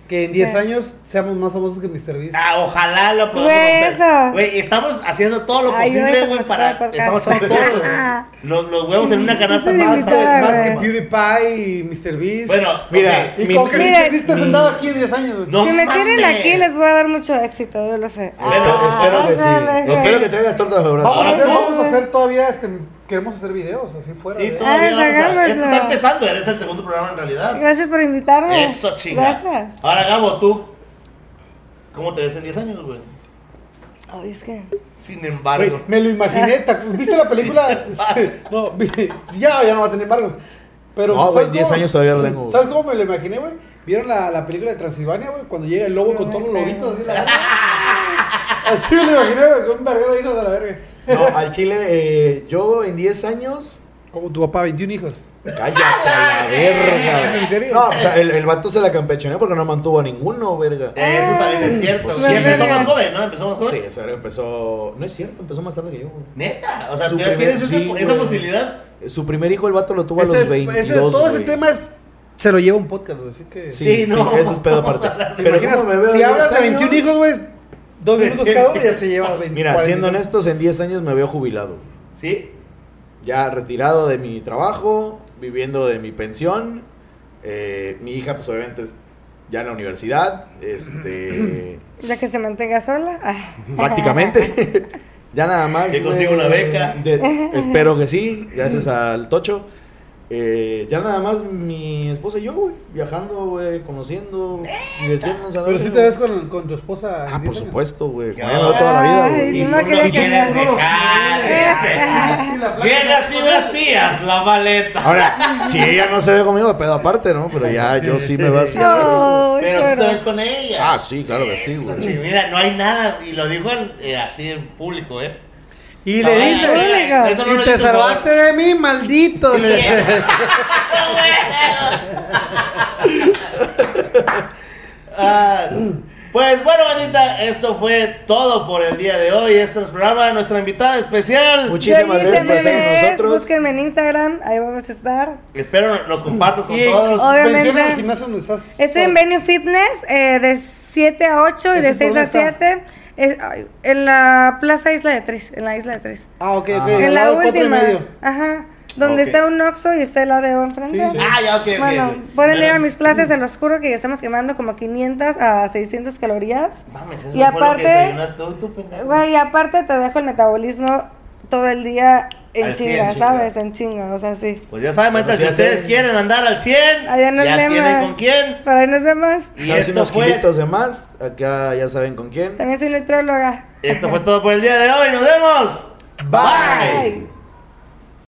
A: que en 10 años seamos más famosos que MrBeast.
B: Ojalá lo podamos
D: Güey,
B: hacer.
D: eso.
B: Güey, estamos haciendo todo lo
D: Ay,
B: posible,
D: yo
B: güey,
D: no sé
B: para...
D: cómo está el
B: Estamos echando
D: podcast.
B: todos los huevos en una canasta
D: Estoy
B: más.
D: invitada.
A: Más que
D: güey.
A: PewDiePie y MrBeast.
B: Bueno,
C: Mira,
B: ok.
A: y con que
D: Mira,
A: MrBeast está sentado aquí en 10 años, güey.
B: No
D: Si me tienen
B: mames.
D: aquí, les voy a dar mucho éxito, yo lo sé.
C: Espero que sí.
D: ándale,
C: Espero que traigas torta de
A: Vamos
C: abrazo.
A: a hacer,
B: no,
A: vamos a
B: güey.
A: hacer todavía, queremos hacer videos así fuera.
B: Sí,
A: de-
B: todavía. O sea,
D: hagámoslo.
B: esto está empezando, eres el segundo programa en realidad.
D: Gracias por invitarme.
B: Eso, chinga.
D: Gracias.
B: Ahora, Gabo, tú, ¿cómo te ves en 10 años, güey?
D: Ay, es que...
B: Sin
A: Güey,
B: embargo.
A: me lo imaginé. ¿Viste la película? Sí, no, ya no va a tener embargo. Pero,
C: No, güey,
A: ¿sabes
C: 10
A: cómo?
C: años todavía lo tengo.
A: ¿Sabes cómo me lo imaginé, güey? ¿Vieron la película de Transilvania, güey? Cuando llega el lobo con todos los lobitos, así, así me lo imaginé, güey, con un verguero de hijos de la verga.
C: No, al chile, yo en 10 años.
A: Como tu papá, 21 hijos.
C: Cállate a la verga.
A: ¿En serio?
C: No, o sea, el vato se la campechoneó porque no mantuvo a ninguno, verga.
B: Eso también es cierto.
C: Pues
B: Sí,
C: sí.
B: empezó más joven, ¿no? Empezó más
C: Sí,
B: joven.
C: o sea, empezó. No es cierto, empezó más tarde que yo, güey.
B: Neta. O sea,
C: Su
B: ¿tú ya
C: primer-
B: tienes
C: sí,
B: esa
C: güey.
B: posibilidad?
C: Su primer hijo, el vato lo tuvo a
A: Ese
C: los
A: es-
C: 22.
A: todo ese
C: güey.
A: tema se lo lleva un podcast, güey. Así que.
C: Sí,
B: Sí, no.
C: eso es pedo aparte.
A: ¿Te
C: Pero
A: imaginas?
C: ¿cómo me veo
A: Si
C: en
A: hablas
C: 10
A: de 21
C: años?
A: hijos, güey, 2 minutos cada uno ya se lleva 20.
C: Mira,
A: 40.
C: siendo honestos, en 10 años me veo jubilado.
B: Sí.
C: Ya retirado de mi trabajo, viviendo de mi pensión. Mi hija, pues obviamente, es ya en la universidad.
D: Ya que se mantenga sola.
C: Prácticamente. Ya nada más.
B: Que consiga una beca.
C: Espero que sí, gracias al Tocho. Ya nada más mi esposa y yo, güey, viajando, güey, conociendo, divirtiéndonos a la
A: Pero
C: vez,
A: si te
C: güey.
A: ves con tu esposa. en
C: Ah,
A: 10
C: por
A: años.
C: supuesto, güey.
B: ¿Qué
C: Me ha llevado toda la vida,
D: Ay,
C: güey.
B: Y
D: no
B: tú
D: quería
B: no quieres
D: que me-
B: dejar.
A: Y la flaca-
B: Llegas y vacías la maleta.
C: Ahora, si ella no se ve conmigo, de pedo aparte, ¿no? Pero ya yo sí me veo así.
D: Ay,
B: Pero tú te
D: pero-
B: ves con ella.
C: Ah, sí, claro que sí,
B: Eso,
C: güey.
B: chi, mira, no hay nada. Y lo dijo así en público, ¿eh?
A: Y
B: No,
A: le
B: ay,
A: dice.
B: ay, ay, eso no
A: Y
B: lo
A: te
B: dices,
A: salvaste de mí, maldito. le dice.
B: Pues bueno, bandita, esto fue todo por el día de hoy. Este es nuestro programa, nuestra invitada especial.
C: Muchísimas
D: Yo hice
C: gracias por estar con
D: memes,
C: nosotros.
D: Búsquenme en Instagram, ahí vamos a estar.
B: Espero nos compartas con
A: Y
B: todos.
D: Obviamente.
A: menciona el gimnasio donde estás.
D: Estoy en Venue Fitness de 7 a 8 y de
A: ¿Ese
D: 6
A: dónde
D: a
A: está?
D: 7. En la Plaza Isla de Tris, en la Isla de Tris.
A: Ah, ok, ok.
C: Ajá.
A: al
D: En la
A: lado del cuatro y
D: última.
A: medio.
D: Ajá. Donde
C: Ok.
D: está un Oxxo y está el ADO enfrente.
A: Sí, sí.
B: Ah, ya, ok, ok.
D: Bueno, pueden ir a mis clases, se los juro que ya estamos quemando como 500 a 600 calorías.
B: Mames, eso
D: Y
B: fue lo que
D: aparte-
B: desayunaste hoy, tú, pendejo.
D: Güey, y aparte te dejo el metabolismo todo el día en
B: Al 100,
D: chinga,
B: chinga.
D: ¿sabes? En chinga, o sea, sí.
B: Pues ya saben, manta, si
C: Bueno, sí,
B: ustedes
C: sí.
B: quieren andar al 100,
D: Allá nos
B: ya
D: vemos.
B: tienen con quién.
D: Por ahí nos vemos.
B: Y
C: Casi
B: esto
C: unos
B: fue,
C: kilitos de más. Acá ya saben con quién.
D: También soy nutróloga.
B: esto fue todo por el día de hoy. Nos vemos.
C: Bye.
D: Bye.